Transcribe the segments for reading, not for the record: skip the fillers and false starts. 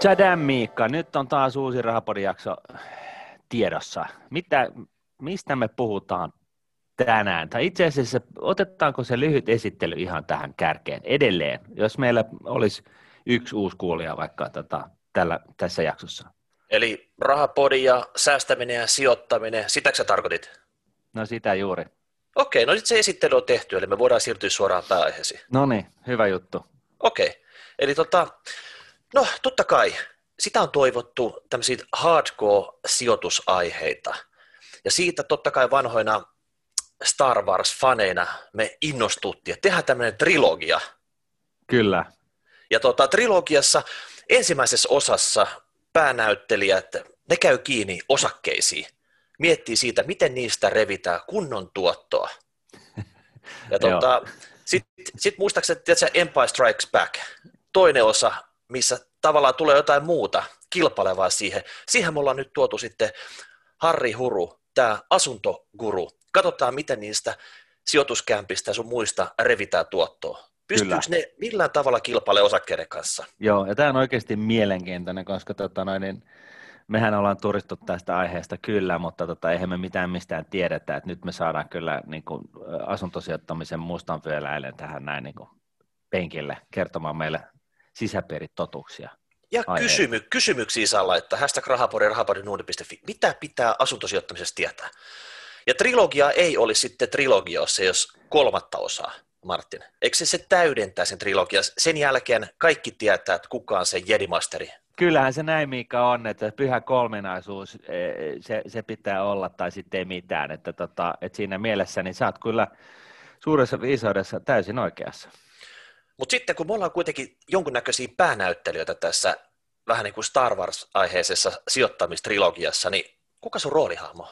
Tchadam Miikka, nyt on taas uusi Rahapodin-jakso tiedossa. Mistä me puhutaan tänään? Tai itse asiassa otetaanko se lyhyt esittely ihan tähän kärkeen edelleen, jos meillä olisi yksi uusi kuulija vaikka tässä jaksossa? Eli Rahapodi ja säästäminen ja sijoittaminen, sitäkö sä tarkoitit? No sitä juuri. Okei, no sitten se esittely on tehty, eli me voidaan siirtyä suoraan pääaiheisiin. No niin, hyvä juttu. Okei, eli no totta kai, sitä on toivottu tämmöisiä hardcore-sijoitusaiheita. Ja siitä totta kai vanhoina Star Wars-faneina me innostuttiin, että tehdään tämmöinen trilogia. Kyllä. Ja trilogiassa ensimmäisessä osassa päänäyttelijät, ne käy kiinni osakkeisiin, miettii siitä, miten niistä revitään kunnon tuottoa. Ja sitten muistaakseni, että Empire Strikes Back, toinen osa, missä tavallaan tulee jotain muuta kilpailevaa siihen. Siihen me ollaan nyt tuotu sitten Harri Huru, tämä asuntoguru. Katsotaan, miten niistä sijoituskämpistä sun muista revitään tuottoa. Pystyykö ne millään tavalla kilpailemaan osakkeiden kanssa? Joo, ja tämä on oikeasti mielenkiintoinen, koska mehän ollaan turistu tästä aiheesta kyllä, mutta eihän me mitään mistään tiedetä, että nyt me saadaan kyllä niin kuin asuntosijoittamisen mustan vyöläilen tähän näin niin kuin penkille kertomaan meille sisäpiiritotuuksia. Ja kysymyksiä saa laittaa, #rahapodi.nuudi.fi. Mitä pitää asuntosijoittamisesta tietää? Ja trilogia ei olisi sitten trilogia, jos kolmatta osaa, Martin. Eikö se täydentää sen trilogian? Sen jälkeen kaikki tietää, että kuka on se Jedi-masteri. Kyllähän se näin, Miikka, on, että pyhä kolminaisuus, se pitää olla tai sitten ei mitään. Että siinä mielessä niin sä oot kyllä suuressa viisaudessa täysin oikeassa. Mutta sitten kun me ollaan kuitenkin jonkunnäköisiä päänäyttelijöitä tässä vähän niin kuin Star Wars-aiheisessa sijoittamistrilogiassa, niin kuka sun roolihahmo?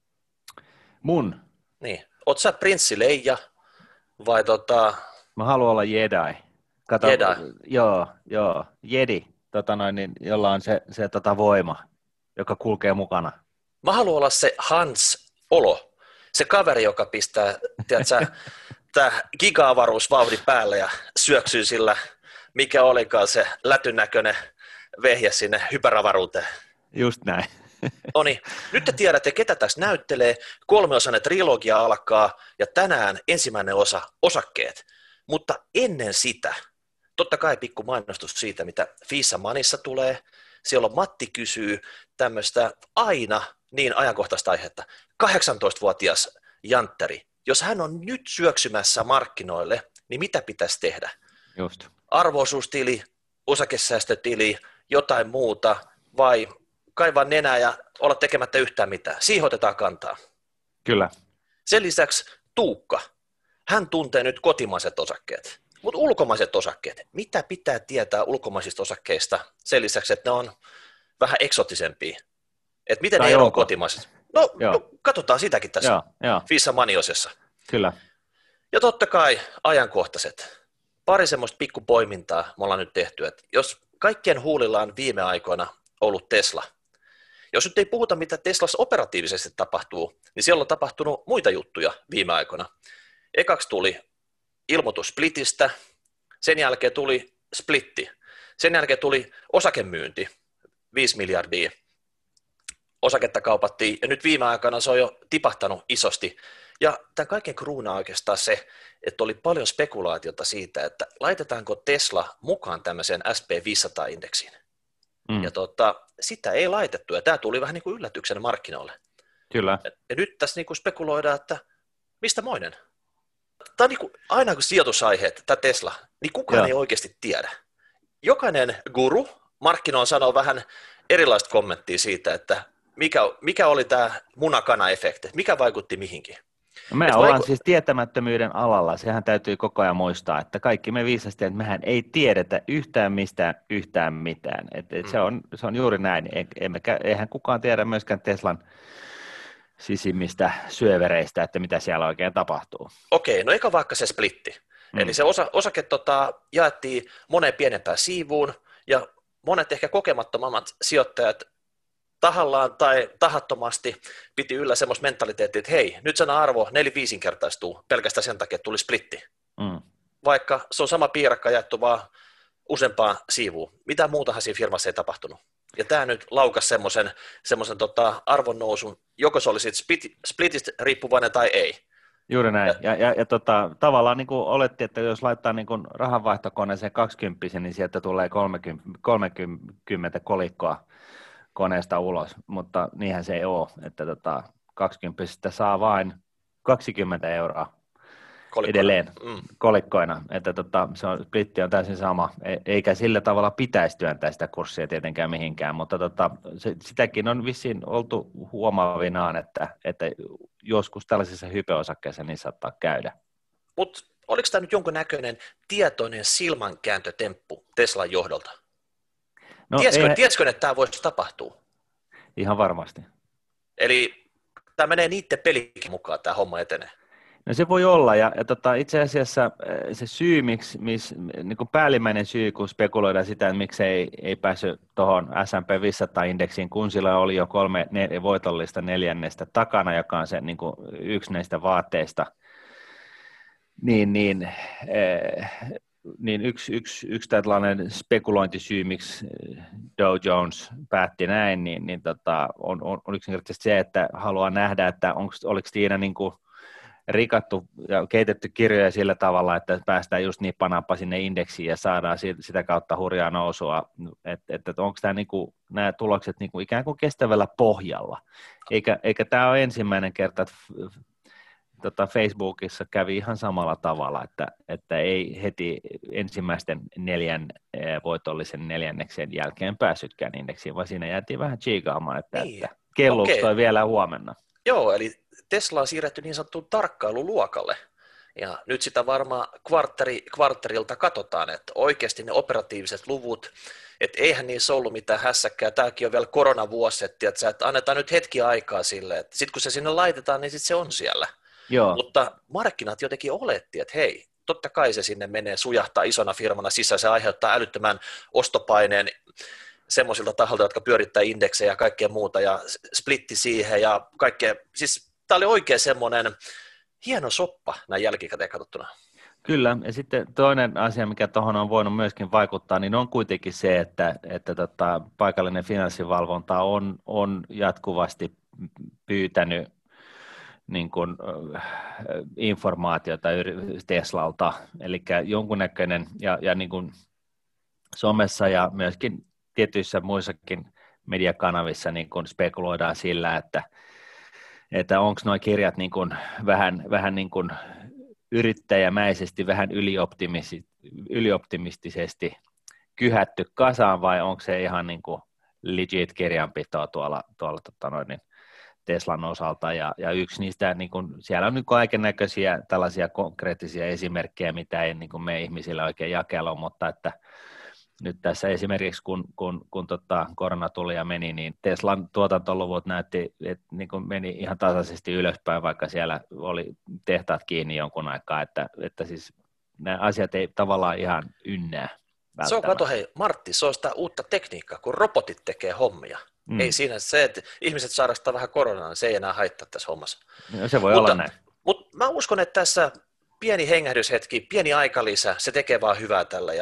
Mun? Niin. Oot sä prinssi Leija vai Mä haluan olla Jedi. Kato, Jedi? Joo, Jedi, jolla on se voima, joka kulkee mukana. Mä haluan olla se Hans Olo, se kaveri, joka pistää, tiedätkö, tää giga-avaruusvauhdin päälle ja syöksyy sillä, mikä olikaan se lätynäköinen vehje sinne hyperavaruuteen. Just näin. Noniin, nyt te tiedätte, ketä tässä näyttelee. 3-osainen trilogia alkaa ja tänään ensimmäinen osa osakkeet. Mutta ennen sitä, totta kai pikku mainostus siitä, mitä Fissa Manissa tulee. Siellä on Matti kysyy tämmöistä aina niin ajankohtaista aihetta. 18-vuotias jantteri, jos hän on nyt syöksymässä markkinoille, niin mitä pitäisi tehdä? Just. Arvo-osuustili, osakesäästötili, jotain muuta vai kaivaa nenää ja olla tekemättä yhtään mitään. Siihen otetaan kantaa. Kyllä. Sen lisäksi Tuukka, hän tuntee nyt kotimaiset osakkeet, mutta ulkomaiset osakkeet. Mitä pitää tietää ulkomaisista osakkeista sen lisäksi, että ne on vähän eksoottisempia? Että miten ne eroavat kotimaiset? No, katsotaan sitäkin tässä Fissa Maniosessa. Kyllä. Ja totta kai ajankohtaiset. Pari semmoista pikkupoimintaa me ollaan nyt tehty, että jos kaikkien huulilla on viime aikoina ollut Tesla, jos nyt ei puhuta, mitä Teslassa operatiivisesti tapahtuu, niin siellä on tapahtunut muita juttuja viime aikoina. Ekaksi tuli ilmoitus splitistä, sen jälkeen tuli splitti, sen jälkeen tuli osakemyynti, 5 miljardia osaketta kaupattiin, ja nyt viime aikana se on jo tipahtanut isosti. Ja tämän kaiken kruuna oikeastaan se, että oli paljon spekulaatiota siitä, että laitetaanko Tesla mukaan tämmöiseen SP500-indeksiin. Ja sitä ei laitettu, ja tämä tuli vähän niin kuin yllätyksenä markkinoille. Kyllä. Ja nyt tässä niin kuin spekuloidaan, että mistä moinen? Tämä on niin kuin, aina kun sijoitusaiheet, tämä Tesla, niin kukaan ei oikeasti tiedä. Jokainen guru markkinoilla sanoo vähän erilaista kommenttia siitä, että mikä oli tämä munakana-efekti, mikä vaikutti mihinkin. Me ollaan siis tietämättömyyden alalla, sehän täytyy koko ajan muistaa, että kaikki me viisasti, että mehän ei tiedetä yhtään mistään yhtään mitään. Se on juuri näin, eihän kukaan tiedä myöskään Teslan sisimmistä syövereistä, että mitä siellä oikein tapahtuu. Okei, no eikä vaikka se splitti. Eli se osake jaettiin moneen pienempään siivuun, ja monet ehkä kokemattomammat sijoittajat tahallaan tai tahattomasti piti yllä semmoista mentaliteettia, että hei, nyt sen arvo 4-5-kertaistuu pelkästään sen takia, että tuli splitti. Vaikka se on sama piirakka jaettu vaan useampaa siivua. Mitä muutahan siinä firmassa ei tapahtunut. Ja tämä nyt laukasi semmoisen arvonnousun, joko se oli sitten splitistä riippuvainen tai ei. Juuri näin. Ja tavallaan niin kuin olettiin, että jos laittaa niin kuin rahanvaihtokoneeseen 20, niin sieltä tulee 30 kolikkoa koneesta ulos, mutta niinhän se ei ole, että 20 saa vain 20 euroa edelleen kolikkoina, että splitti on täysin sama, eikä sillä tavalla pitäisi työntää sitä kurssia tietenkään mihinkään, mutta sitäkin on vissiin oltu huomaavinaan, että joskus tällaisissa hypeosakkeissa niin saattaa käydä. Mutta oliko tämä nyt jonkun näköinen tietoinen silmänkääntötemppu Teslan johdolta? No, tiesikö, että tämä voisi tapahtua? Ihan varmasti. Eli tämä menee niiden pelikin mukaan, tämä homma etenee. No se voi olla, ja itse asiassa se syy, niin kuin päällimmäinen syy, kun spekuloidaan sitä, että miksi ei päässyt tuohon S&P 500-indeksiin, kun sillä oli jo 3 voitollista neljännestä takana, joka on se niin kuin yksi näistä vaatteista, niin yksi tällainen spekulointisyy, miksi Dow Jones päätti näin, on yksinkertaisesti se, että haluaa nähdä, että oliko siinä niin kuin rikattu ja keitetty kirjoja sillä tavalla, että päästään just niin panappa sinne indeksiin ja saadaan sitä kautta hurjaa nousua, että onko tämä niinku, nämä tulokset niinku ikään kuin kestävällä pohjalla, eikä tämä ole ensimmäinen kerta, että Facebookissa kävi ihan samalla tavalla, että ei heti ensimmäisten 4 voitollisen neljänneksen jälkeen päässytkään indeksiin, vaan siinä jäätiin vähän chiikaamaan, että kelluuko toi vielä huomenna. Joo, eli Tesla on siirretty niin sanottuun tarkkailuluokalle, ja nyt sitä varmaan kvartterilta katsotaan, että oikeasti ne operatiiviset luvut, että eihän niissä ollut mitään hässäkkää, tämäkin on vielä koronavuosi, että annetaan nyt hetki aikaa sille, että sitten kun se sinne laitetaan, niin sitten se on siellä. Joo. Mutta markkinat jotenkin oletti, että hei, totta kai se sinne menee, sujahtaa isona firmana sisään, se aiheuttaa älyttömän ostopaineen semmoisilta taholta, jotka pyörittää indeksejä ja kaikkea muuta, ja splitti siihen ja kaikkea, siis tämä oli oikein semmoinen hieno soppa näin jälkikäteen katsottuna. Kyllä, ja sitten toinen asia, mikä tuohon on voinut myöskin vaikuttaa, niin on kuitenkin se, että paikallinen finanssivalvonta on jatkuvasti pyytänyt niin kuin, informaatiota Teslalta, eli jonkunnäköinen, ja niin kuin somessa ja myöskin tietyissä muissakin mediakanavissa niin kuin spekuloidaan sillä, että onko nuo kirjat niin kuin vähän niin kuin yrittäjämäisesti, vähän ylioptimistisesti kyhätty kasaan, vai onko se ihan niin kuin legit kirjanpitoa tuolla Teslan osalta, ja yksi niistä, niin kuin, siellä on niin kaikennäköisiä tällaisia konkreettisia esimerkkejä, mitä ei niin kuin me ihmisillä oikein jakelu, mutta että nyt tässä esimerkiksi, kun korona tuli ja meni, niin Teslan tuotantoluvut näytti, että niin kuin meni ihan tasaisesti ylöspäin, vaikka siellä oli tehtaat kiinni jonkun aikaa, että siis nämä asiat ei tavallaan ihan ynnää. Se on, kato hei, Martti, se on sitä uutta tekniikkaa, kun robotit tekee hommia. Ei siinä se, että ihmiset sairastaa vähän koronaa, niin se ei enää haittaa tässä hommassa. No, se voi olla näin. Mutta mä uskon, että tässä pieni hengähdyshetki, pieni aikalisä, se tekee vaan hyvää tällä.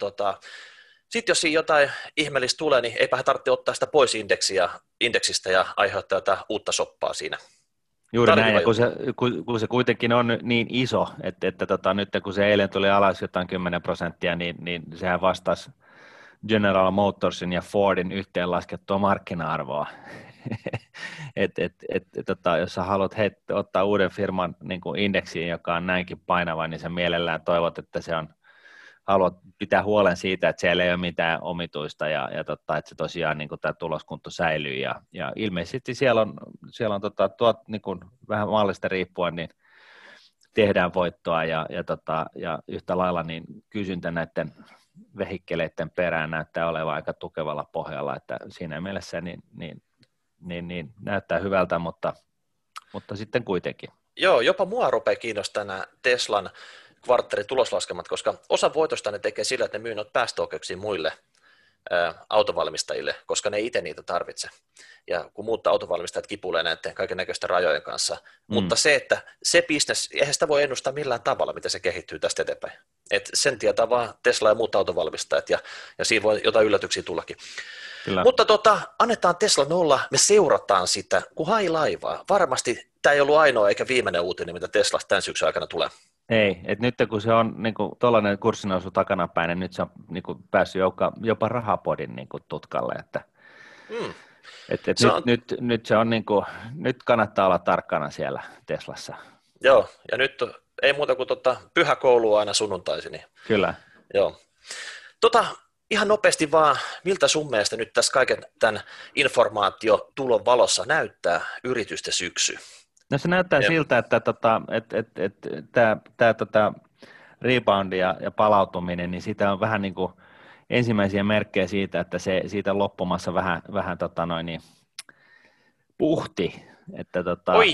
Sitten jos siinä jotain ihmeellistä tulee, niin eipä tarvitse ottaa sitä pois indeksistä ja aiheuttaa jotain uutta soppaa siinä. Juuri näin, ja kun se kuitenkin on niin iso, että nyt kun se eilen tuli alas jotain 10%, niin sehän vastasi General Motorsin ja Fordin yhteenlaskettua markkina-arvoa. Jos sä haluat ottaa uuden firman niin kuin indeksiin, joka on näinkin painava, niin sä mielellään toivot, että haluat pitää huolen siitä, että siellä ei ole mitään omituista ja että se tosiaan niin kuin tämä tuloskunto säilyy. Ja ilmeisesti siellä on niin kuin vähän mallista riippuen, niin tehdään voittoa ja yhtä lailla niin kysyntä näiden vehikkeleiden perään näyttää olevan aika tukevalla pohjalla, että siinä mielessä niin näyttää hyvältä, mutta sitten kuitenkin. Joo, jopa mua rupeaa kiinnostaa nämä Teslan kvartterin tuloslaskelmat, koska osa voitosta ne tekee sillä, että ne myy noita päästöoikeuksia muille autovalmistajille, koska ne ei itse niitä tarvitse. Ja kun muut autovalmistajat kipuilee näiden kaikennäköisten rajojen kanssa. Mutta se, että se business, eihän sitä voi ennustaa millään tavalla, miten se kehittyy tästä eteenpäin. Et sen tietää vaan Tesla ja muut autovalmistajat, ja siinä voi jotain yllätyksiä tullakin. Kyllä. Mutta annetaan Teslan olla, me seurataan sitä, kun hai laivaa. Varmasti tämä ei ollut ainoa eikä viimeinen uutinen, mitä Teslasta tämän syksyn aikana tulee. Ei, että nyt kun se on niin tuollainen kurssinousu takanapäin, niin nyt se on niin kuin, päässyt jopa rahapodin niin kuin, tutkalle, että nyt se on niin kuin, nyt kannattaa olla tarkkana siellä Teslassa. Joo, ja nyt ei muuta kuin pyhäkoulua aina sunnuntaisin. Niin. Kyllä. Joo. Ihan nopeasti vaan, miltä sun mielestä nyt tässä kaiken tämän informaatiotulon valossa näyttää yritysten syksy? No se näyttää siltä, että tämä rebound ja palautuminen, niin siitä on vähän niin kuin ensimmäisiä merkkejä siitä, että siitä on loppumassa vähän puhti. Että oi.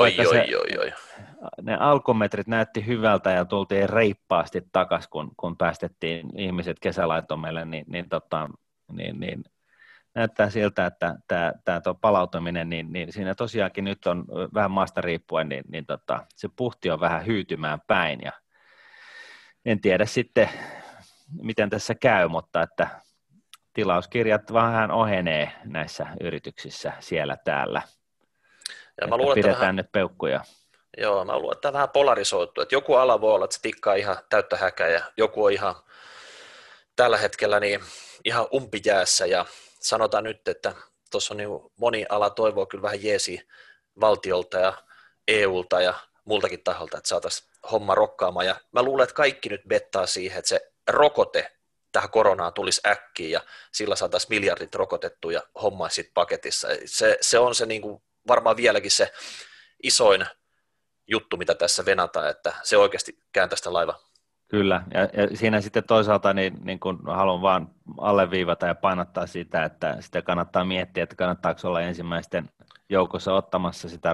Ne alkumetrit näytti hyvältä ja tultiin reippaasti takaisin, kun päästettiin ihmiset kesälaitomelle, niin näyttää siltä, että tämä palautuminen, niin siinä tosiaankin nyt on vähän maasta riippuen, se puhti on vähän hyytymään päin, ja en tiedä sitten, miten tässä käy, mutta että tilauskirjat vähän ohenee näissä yrityksissä siellä täällä, ja mä luulen, pidetään vähän nyt peukkuja. Joo, mä luulen, että tämä vähän polarisoitu, että joku ala voi olla, että se tikkaa ihan täyttä häkää, ja joku on ihan tällä hetkellä niin ihan umpijäässä, ja sanotaan nyt, että tuossa on niin moni ala toivoo kyllä vähän jeesiä valtiolta ja EUlta ja muultakin taholta, että saataisiin homma rokkaamaan. Ja mä luulen, että kaikki nyt bettaa siihen, että se rokote tähän koronaan tulisi äkkiä ja sillä saataisiin miljardit rokotettua ja homma sitten paketissa. Se on se niin kuin varmaan vieläkin se isoin juttu, mitä tässä venataan, että se oikeasti kääntää sitä laivaa. Kyllä, ja siinä sitten toisaalta niin kun haluan vaan alleviivata ja painottaa sitä, että sitä kannattaa miettiä, että kannattaako olla ensimmäisten joukossa ottamassa sitä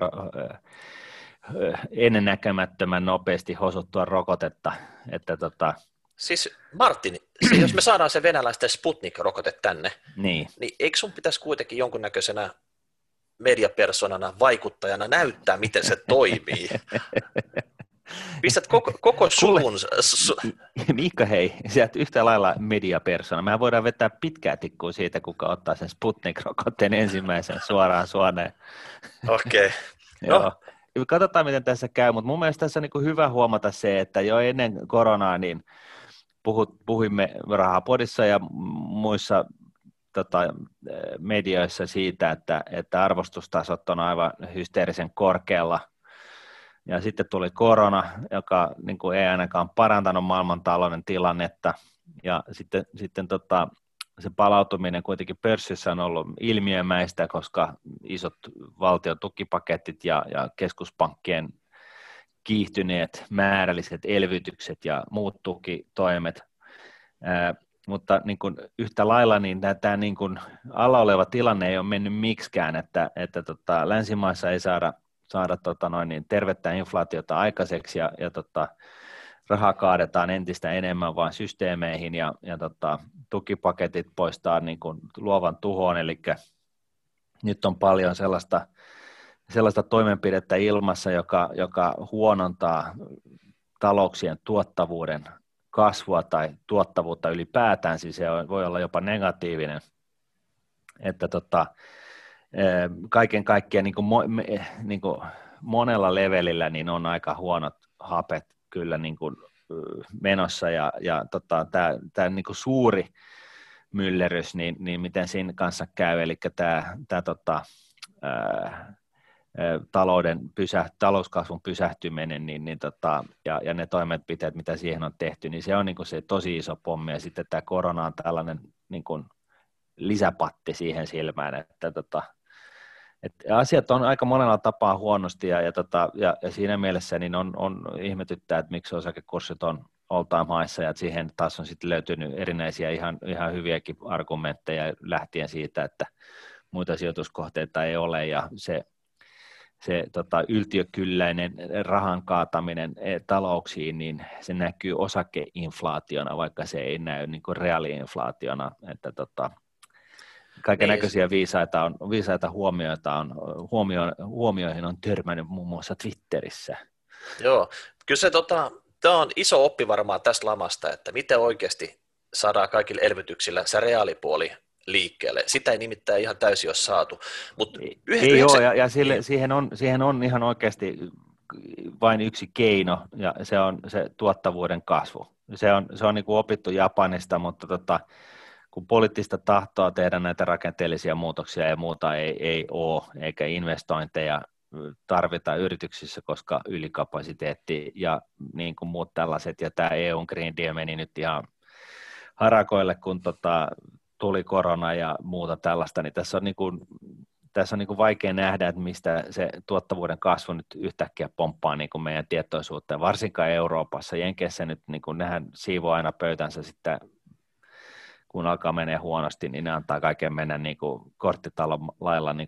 ennennäkemättömän nopeasti hosuttua rokotetta. Että Siis Martin, jos me saadaan se venäläisten Sputnik-rokote tänne, niin eikö sun pitäisi kuitenkin jonkunnäköisenä mediapersonana, vaikuttajana näyttää, miten se toimii? Pistät koko suvun. Miikka, hei, sä oot yhtä lailla mediapersona. Mehän voidaan vetää pitkää tikkua siitä, kuka ottaa sen Sputnik-rokotteen ensimmäisen suoraan suoneen. Okei. Joo. Katsotaan, miten tässä käy, mutta mun mielestä tässä on niin hyvä huomata se, että jo ennen koronaa niin puhuimme Rahapodissa ja muissa medioissa siitä, että arvostustasot on aivan hysteerisen korkealla. Ja sitten tuli korona, joka niin kuin ei ainakaan parantanut maailmantalouden tilannetta. Ja sitten se palautuminen kuitenkin pörssissä on ollut ilmiömäistä, koska isot valtion tukipaketit ja keskuspankkien kiihtyneet määrälliset elvytykset ja muut tukitoimet. Mutta niin kuin yhtä lailla niin tämä niin kuin alla oleva tilanne ei ole mennyt miksikään, että länsimaissa ei saada tervettä inflaatiota aikaiseksi ja rahaa kaadetaan entistä enemmän vaan systeemeihin ja tukipaketit poistaa niin kuin luovan tuhon, eli nyt on paljon sellaista toimenpidettä ilmassa, joka huonontaa talouksien tuottavuuden kasvua tai tuottavuutta ylipäätään, siis se voi olla jopa negatiivinen, että kaiken kaikkiaan niin kuin monella levelillä niin on aika huonot hapet kyllä niin kuin menossa ja tämä niin kuin suuri myllerys, niin miten siinä kanssa käy, eli talouskasvun pysähtyminen ja ne toimenpiteet, mitä siihen on tehty, niin se on niin kuin se tosi iso pommi, ja sitten tämä korona on tällainen niin kuin lisäpatti siihen silmään, että asiat on aika monella tapaa huonosti, ja siinä mielessä niin on ihmetyttää, että miksi osakekurssit on all-time highissa, ja siihen taas on sitten löytynyt erinäisiä ihan hyviäkin argumentteja lähtien siitä, että muita sijoituskohteita ei ole, ja se yltiökylläinen rahan kaataminen talouksiin, niin se näkyy osakeinflaationa, vaikka se ei näy niin kuin reaaliinflaationa, että kaiken näköisiä viisaita huomioihin on törmännyt muun muassa Twitterissä. Joo, kyllä se Tämä on iso oppi varmaan tästä lamasta, että miten oikeasti saadaan kaikille elvytyksillä se reaalipuoli liikkeelle. Sitä ei nimittäin ihan täysin ole saatu. Ei ole, ja siihen on ihan oikeasti vain yksi keino, ja se on se tuottavuuden kasvu. Se on niin kuin opittu Japanista, mutta kun poliittista tahtoa tehdä näitä rakenteellisia muutoksia ja muuta ei ole, eikä investointeja tarvita yrityksissä, koska ylikapasiteetti ja niin kuin muut tällaiset, ja tämä EUn Green Deal meni nyt ihan harakoille, kun tuli korona ja muuta tällaista, niin tässä on niin kuin vaikea nähdä, että mistä se tuottavuuden kasvu nyt yhtäkkiä pomppaa niin kuin meidän tietoisuutta, varsinkaan Euroopassa. Jenkeissä nyt niin kuin nehän siivoo aina pöytänsä sitten, kun alkaa menee huonosti, niin ne antaa kaiken mennä niin kuin korttitalon lailla niin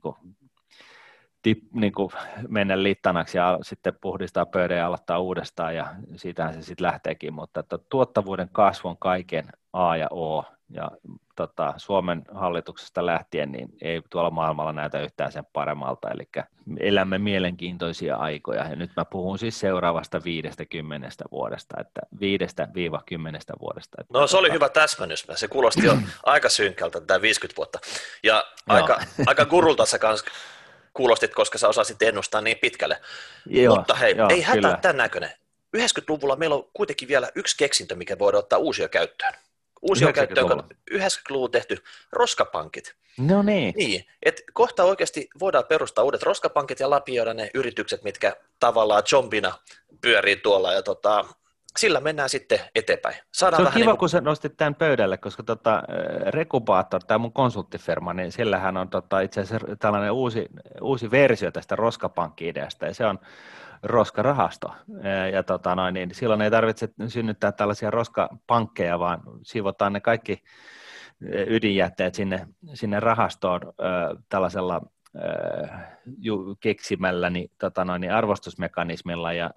kuin mennä littanaksi ja sitten puhdistaa pöydän ja aloittaa uudestaan, ja siitähän se sitten lähteekin, mutta tuottavuuden kasvu on kaiken A ja O, ja Suomen hallituksesta lähtien niin ei tuolla maailmalla näytä yhtään sen paremmalta, eli elämme mielenkiintoisia aikoja, ja nyt mä puhun siis seuraavasta 50 vuodesta, että 5-10 vuodesta. Että no se oli hyvä täsmennys, se kuulosti jo aika synkältä tämä 50 vuotta, ja aika gurulta sä kanssa kuulostit, koska sä osasit ennustaa niin pitkälle, mutta hei, ei hätää tämän näköinen. 90-luvulla meillä on kuitenkin vielä yksi keksintö, mikä voidaan ottaa uusia käyttöön. Uusia käyttöön, 90-luvulla tehty roskapankit. No niin. Niin, että kohta oikeasti voidaan perustaa uudet roskapankit ja lapioida ne yritykset, mitkä tavallaan zombina pyörii tuolla, ja sillä mennään sitten eteenpäin. Saadaan se on kiva, kun sä nostit tämän pöydälle, koska Recubator, tämä mun konsulttiferma, niin sillähän on itse asiassa tällainen uusi versio tästä roskapankki-ideasta, ja se on roskarahasto, ja niin silloin ei tarvitse synnyttää tällaisia roskapankkeja, vaan siivotaan ne kaikki ydinjätteet sinne rahastoon tällaisella keksimällä niin arvostusmekanismilla, ja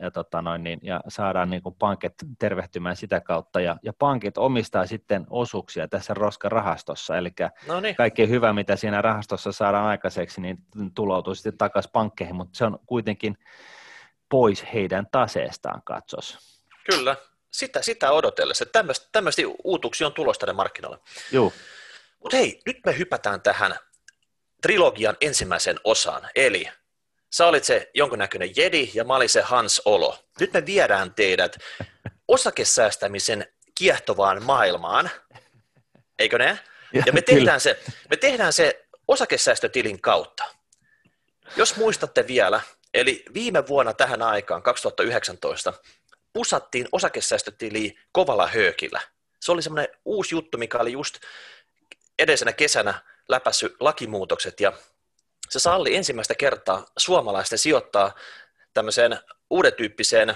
saadaan niin kuin pankit tervehtymään sitä kautta, ja pankit omistaa sitten osuuksia tässä roskarahastossa, eli kaikki hyvä, mitä siinä rahastossa saadaan aikaiseksi, niin tuloutuu sitten takaisin pankkeihin, mutta se on kuitenkin pois heidän taseestaan katsos. Kyllä, sitä odotellessa. Tämmöistä uutuksia on tulossa tänne markkinoille. Joo. Mutta hei, nyt me hypätään tähän trilogian ensimmäisen osaan, eli sä olit se jonkunnäköinen jedi ja mä olin se Hans Olo. Nyt me viedään teidät osakesäästämisen kiehtovaan maailmaan, eikö ne? Ja me tehdään se osakesäästötilin kautta. Jos muistatte vielä, eli viime vuonna tähän aikaan, 2019, pusattiin osakesäästötiliä kovalla höökillä. Se oli semmoinen uusi juttu, mikä oli just edellisenä kesänä läpässyt lakimuutokset, ja se salli ensimmäistä kertaa suomalaisten sijoittaa tämmöiseen uuden tyyppiseen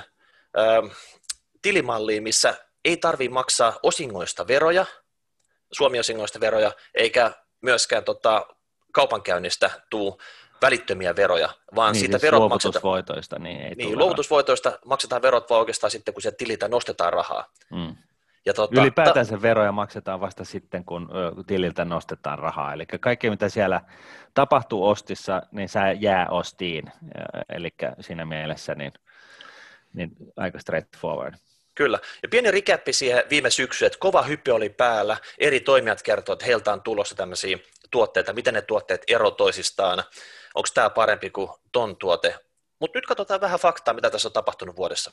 tilimalliin, missä ei tarvitse maksaa osingoista veroja, Suomi-osingoista veroja, eikä myöskään kaupankäynnistä tule välittömiä veroja, vaan niin, siitä siis verot luovutusvoitoista. Niin, luovutusvoitoista maksetaan verot vaan oikeastaan sitten, kun sieltä tililtä nostetaan rahaa. Mm. Ja ylipäätään se veroja maksetaan vasta sitten, kun tililtä nostetaan rahaa. Eli kaikki, mitä siellä tapahtuu ostissa, niin se jää ostiin. Eli siinä mielessä niin aika straightforward. Kyllä. Ja pieni recappi siihen viime syksyyn, että kova hyppy oli päällä. Eri toimijat kertovat, että heiltä on tulossa tämmöisiä tuotteita, miten ne tuotteet eroavat toisistaan. Onko tämä parempi kuin ton tuote? Mutta nyt katsotaan vähän faktaa, mitä tässä on tapahtunut vuodessa.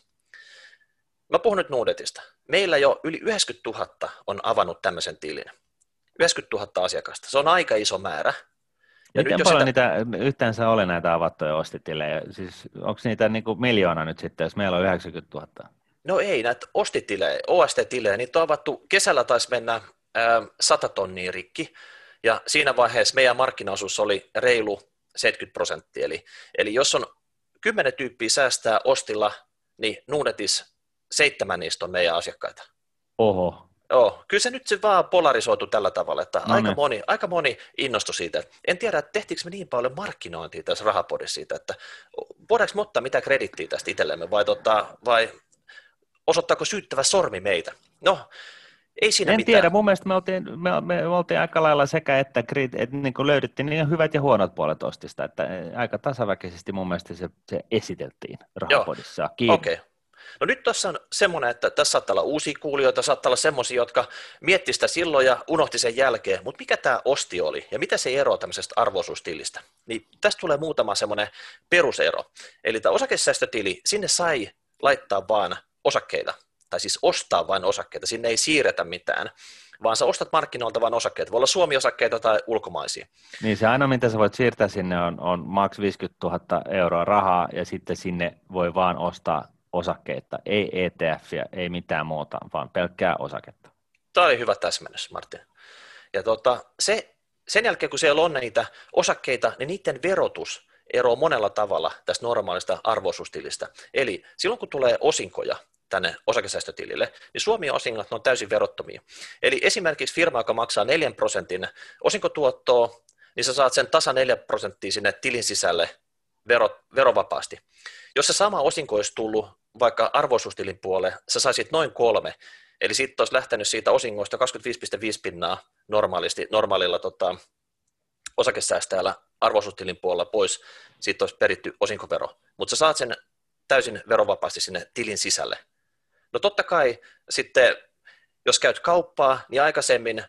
Mä puhun nyt Nordnetista. Meillä jo yli 90 000 on avannut tämmöisen tilin. 90 000 asiakasta. Se on aika iso määrä. Ja miten paljon niitä yhteensä oli näitä avattuja ostitilejä? Siis onko niitä niin kuin miljoona nyt sitten, jos meillä on 90 000? No ei, näitä ostitilejä, OST-tilejä, niitä on avattu, kesällä taisi mennä 100 tonnia rikki, ja siinä vaiheessa meidän markkinaosuus oli reilu 70%. Eli jos on 10 tyyppiä säästää ostilla, niin Nordnetissä 7 niistä on meidän asiakkaita. Oho. Joo, kyllä se nyt se vaan polarisoitu tällä tavalla, että aika moni innostui siitä. En tiedä, että tehtiinkö me niin paljon markkinointia tässä Rahapodissa siitä, että voidaanko me ottaa mitä kredittiä tästä itsellemme vai osoittaako syyttävä sormi meitä? No, ei siinä mitään. En tiedä, mun mielestä me oltiin aika lailla sekä että niin kuin löydettiin niin hyvät ja huonot puolet ostista, että aika tasaväkisesti mun mielestä se esiteltiin Rahapodissa. Okei. No nyt tässä on semmoinen, että tässä saattaa olla uusia kuulijoita, saattaa olla semmoisia, jotka miettivät sitä silloin ja unohti sen jälkeen, mutta mikä tämä osti oli ja mitä se eroaa tämmöisestä arvo-osuustilistä? Niin tästä tulee muutama semmoinen perusero. Eli tämä osakesäästötili, sinne sai laittaa vaan osakkeita, tai siis ostaa vain osakkeita, sinne ei siirretä mitään, vaan sä ostat markkinoilta vain osakkeita, voi olla Suomi-osakkeita tai ulkomaisia. Niin se aina, mitä sä voit siirtää sinne, on maks 50 000 euroa rahaa, ja sitten sinne voi vaan ostaa osakkeita, ei ETF:iä, ei mitään muuta, vaan pelkkää osaketta. Tämä oli hyvä täsmennys, Martin. Ja sen jälkeen, kun siellä on niitä osakkeita, niin niiden verotus eroaa monella tavalla tästä normaalista arvo-osuustilistä. Eli silloin, kun tulee osinkoja tänne osakesäästötilille, niin Suomi-osingot on täysin verottomia. Eli esimerkiksi firma, joka maksaa 4% osinkotuottoa, niin sä saat sen tasa 4% sinne tilin sisälle verovapaasti. Jos se sama osinko olisi tullut vaikka arvo-osuustilin puolelle, sä saisit noin 3, eli siitä olisi lähtenyt siitä osingoista 25,5% normaalilla osakesäästäjällä arvo-osuustilin puolella pois, siitä olisi peritty osinkovero, mutta sä saat sen täysin verovapaasti sinne tilin sisälle. No totta kai sitten, jos käyt kauppaa, niin aikaisemmin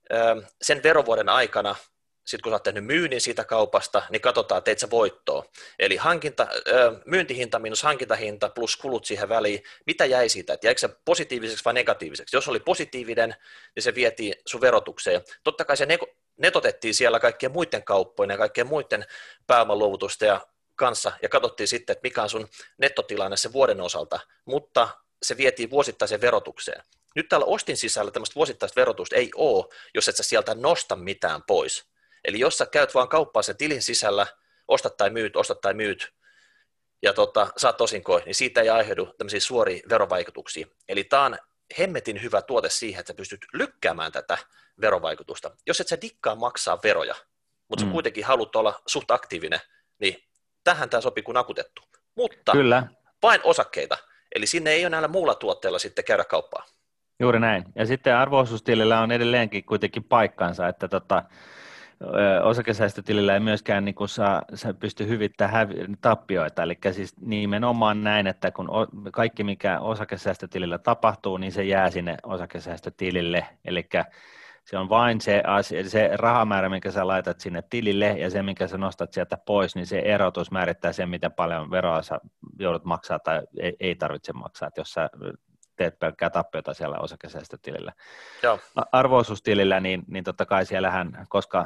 sen verovuoden aikana, sitten kun sä oot tehnyt myynnin siitä kaupasta, niin katsotaan, teit sä voittoa. Eli myyntihinta minus hankintahinta plus kulut siihen väliin, mitä jäi siitä, että jäikö se positiiviseksi vai negatiiviseksi? Jos oli positiivinen, niin se vietiin sun verotukseen. Totta kai se netotettiin siellä kaikkien muiden kauppojen ja kaikkien muiden pääomaluovutusten kanssa ja katsottiin sitten, että mikä on sun nettotilanne sen vuoden osalta, mutta se vietiin vuosittaiseen verotukseen. Nyt täällä ostin sisällä tämmöistä vuosittaista verotusta ei ole, jos et sä sieltä nosta mitään pois. Eli jos sä käyt vaan kauppaa sen tilin sisällä, ostat tai myyt, ja saat osinkoja, niin siitä ei aiheudu tämmöisiä suoria verovaikutuksia. Eli tämä on hemmetin hyvä tuote siihen, että sä pystyt lykkäämään tätä verovaikutusta. Jos et sä dikkaa maksaa veroja, mutta sä kuitenkin haluat olla suht aktiivinen, niin tähän tämä sopii kuin nakutettu. Mutta Kyllä. Vain osakkeita, eli sinne ei ole näillä muulla tuotteella sitten käydä kauppaa. Juuri näin. Ja sitten arvo-osuustilillä on edelleenkin kuitenkin paikkansa, että osakesäästötilillä ei myöskään niin sä pysty hyvittämään tappioita, eli siis nimenomaan näin, että kun kaikki mikä osakesäästötilillä tapahtuu, niin se jää sinne osakesäästötilille, eli se on vain se rahamäärä, minkä sä laitat sinne tilille ja se, minkä sä nostat sieltä pois, niin se erotus määrittää sen, miten paljon veroa sä joudut maksaa tai ei tarvitse maksaa, että jos sä teet pelkkää tappiota siellä osakesäästötilillä. Arvo-osuustilillä, niin totta kai siellähän, koska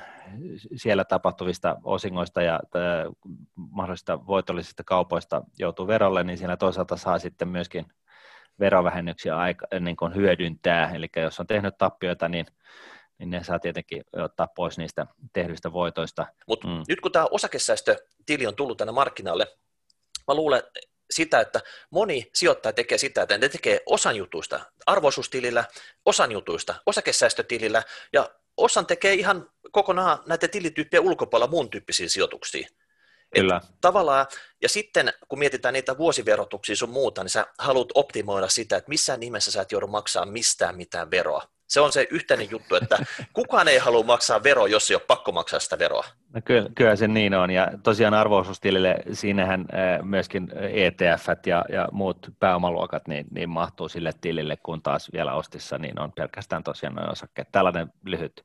siellä tapahtuvista osingoista ja mahdollisista voitollisista kaupoista joutuu verolle, niin siellä toisaalta saa sitten myöskin verovähennyksiä niin kuin hyödyntää, eli jos on tehnyt tappioita, niin ne saa tietenkin ottaa pois niistä tehdyistä voitoista. Mutta nyt kun tämä osakesäästötili on tullut tänne markkinalle, mä luulen sitä, että moni sijoittaja tekee sitä, että ne tekee osan jutuista arvo-osuustilillä, osan jutuista osakesäästötilillä, ja osan tekee ihan kokonaan näiden tilityyppien ulkopuolella muun tyyppisiä sijoituksia. Kyllä. Tavallaan, ja sitten kun mietitään niitä vuosiverotuksia sun muuta, niin sä haluat optimoida sitä, että missään nimessä sä et joudu maksaa mistään mitään veroa. Se on se yhteinen juttu, että kukaan ei halua maksaa veroa, jos ei ole pakko maksaa sitä veroa. No kyllä se niin on, ja tosiaan arvo-osuustilille siinähän myöskin ETF:t ja muut pääomaluokat niin mahtuu sille tilille, kun taas vielä ostissa niin on pelkästään tosiaan noin osakkeet. Tällainen lyhyt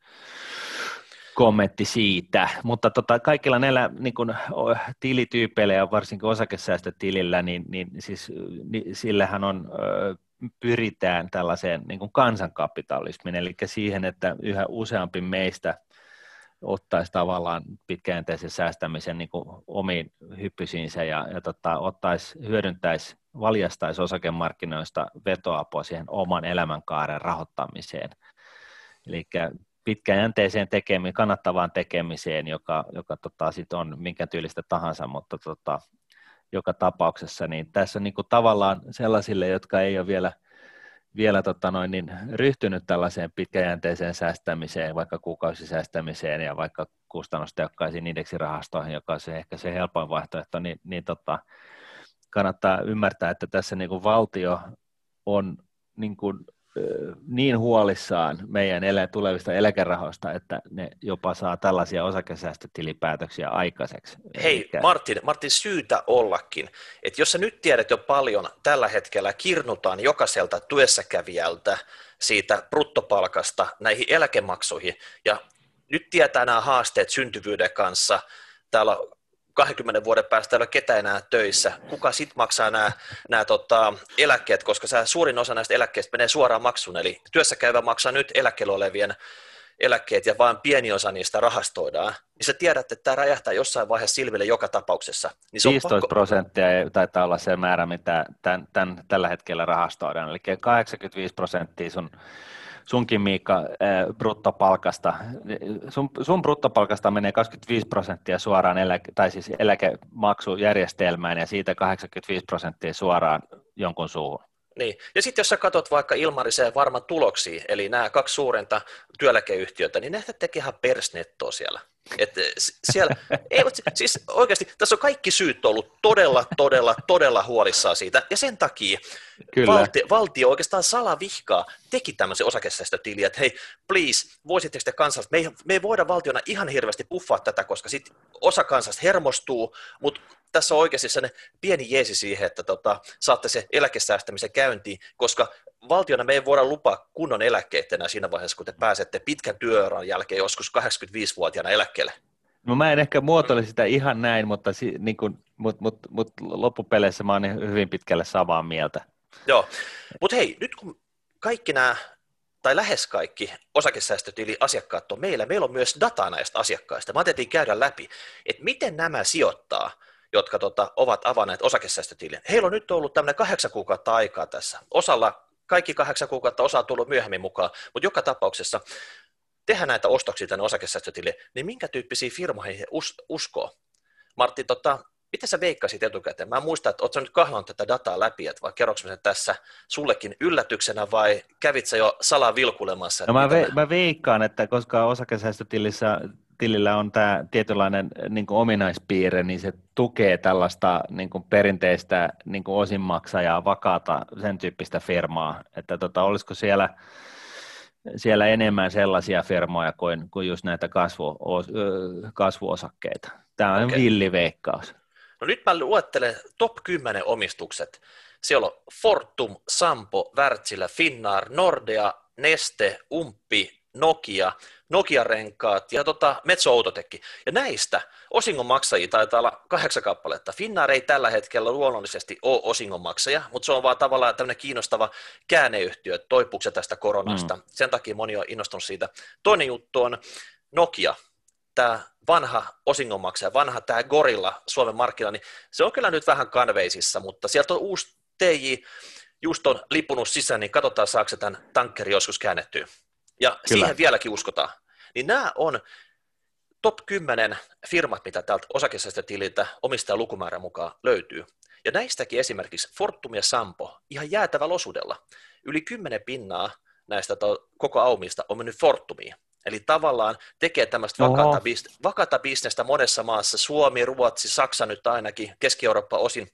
kommentti siitä, mutta kaikilla näillä niin kuin tilityypeillä ja varsinkin osakesäästötilillä, niin sillähän on pyritään tällaiseen niin kuin kansankapitalismiin, eli siihen, että yhä useampi meistä ottaisi pitkäjänteisen säästämisen niin kuin omiin hyppysiinsä ja hyödyntäisi, valjastaisi osakemarkkinoista vetoapua siihen oman elämänkaaren rahoittamiseen. Eli pitkäjänteiseen kannattavaan tekemiseen, joka sit on minkä tyylistä tahansa, mutta joka tapauksessa, niin tässä on niin kuin tavallaan sellaisille, jotka ei ole vielä ryhtynyt tällaiseen pitkäjänteiseen säästämiseen, vaikka kuukausisäästämiseen ja vaikka kustannustehokkaisiin indeksirahastoihin, joka on ehkä se helpoin vaihtoehto, niin kannattaa ymmärtää, että tässä niin kuin valtio on niin kuin niin huolissaan meidän tulevista eläkerahoista, että ne jopa saa tällaisia osakesäästötilipäätöksiä aikaiseksi. Hei, Martin, syytä ollakin, että jos sä nyt tiedät jo paljon tällä hetkellä kirnutaan jokaiselta työssäkävijältä siitä bruttopalkasta näihin eläkemaksuihin, ja nyt tietää nämä haasteet syntyvyyden kanssa, täällä 20 vuoden päästä ei ole ketään enää töissä, kuka sitten maksaa nämä eläkkeet, koska suurin osa näistä eläkkeistä menee suoraan maksuun, eli työssäkäyvä maksaa nyt eläkkeellä olevien eläkkeet ja vain pieni osa niistä rahastoidaan, niin sä tiedät, että tämä räjähtää jossain vaiheessa silmille joka tapauksessa. Niin 15% taitaa olla se määrä, mitä tällä hetkellä rahastoidaan, eli 85% sunkin Miikka bruttopalkasta, sun bruttopalkasta menee 25% suoraan eläkemaksujärjestelmään ja siitä 85% suoraan jonkun suuhun. Niin, ja sitten jos sä katsot vaikka Ilmariseen varman tuloksia, eli nämä 2 suurinta työeläkeyhtiötä, niin ne tekee ihan persnettoa siellä. Siis oikeasti tässä on kaikki syyt ollut todella huolissaan siitä, ja sen takia valtio oikeastaan salavihkaa teki tämmöisen osakesäästötilin, että hei, please, voisitteko te kansalaiset, me ei voida valtiona ihan hirveästi puffaa tätä, koska sitten osa kansasta hermostuu, mutta tässä on oikeasti sellainen pieni jeesi siihen, että saatte se eläkesäästämisen käyntiin, koska valtiona me ei voida lupaa kunnon eläkkeitä enää siinä vaiheessa, kun te pääsette pitkän työuran jälkeen joskus 85-vuotiaana eläkkeelle. No mä en ehkä muotoile sitä ihan näin, mutta loppupeleissä mä oon hyvin pitkälle samaa mieltä. Joo, mutta hei, nyt kun kaikki nämä, tai lähes kaikki osakesäästötilin asiakkaat on meillä on myös dataa näistä asiakkaista. Mä ajattelin käydä läpi, että miten nämä sijoittaa, jotka ovat avanneet osakesäästötilin. Heillä on nyt ollut tämmöinen 8 kuukautta aikaa tässä. Kaikki 8 kuukautta, osa on tullut myöhemmin mukaan, mutta joka tapauksessa tehdä näitä ostoksia tänne osakesäästötilille, niin minkä tyyppisiä firmoihin he uskoo? Martti, miten sä veikkasit etukäteen? Mä en muista, että ootko sä nyt kahlannut tätä dataa läpi, että vai kerroks mä sen tässä sullekin yllätyksenä vai kävit sä jo salaa vilkulemassa? No mä veikkaan, että koska osakesäästötilillä on tämä tietynlainen niin kuin ominaispiirre, niin se tukee tällaista niin kuin perinteistä niin kuin osinmaksajaa, vakaata, sen tyyppistä firmaa, että olisiko siellä enemmän sellaisia firmoja kuin just näitä kasvuosakkeita. Tämä on villiveikkaus. No nyt mä luettelen top 10 omistukset. Siellä on Fortum, Sampo, Wärtsilä, Finnair, Nordea, Neste, Umppi, Nokia-renkaat ja Metso Outotec. Ja näistä osingonmaksajia taitaa olla 8 kappaletta. Finnair ei tällä hetkellä luonnollisesti ole osingonmaksaja, mutta se on vaan tavallaan tämmöinen kiinnostava käänneyhtiö, että toipuuko se tästä koronasta. Sen takia moni on innostunut siitä. Toinen juttu on Nokia, tämä vanha osingonmaksaja, tämä gorilla Suomen markkina, niin se on kyllä nyt vähän kanveisissa, mutta sieltä on uusi TJ, just on lipunut sisään, niin katsotaan saako se tämän tankkeri joskus käännettyä. Ja kyllä, siihen vieläkin uskotaan. Niin nämä on top 10 firmat, mitä täältä osakesäästötililtä omistajan lukumäärän mukaan löytyy. Ja näistäkin esimerkiksi Fortum ja Sampo ihan jäätävällä osuudella. Yli 10% näistä koko aumista on mennyt Fortumiin. Eli tavallaan tekee tämmöistä vakaata bisnestä monessa maassa, Suomi, Ruotsi, Saksa nyt ainakin, Keski-Eurooppa osin.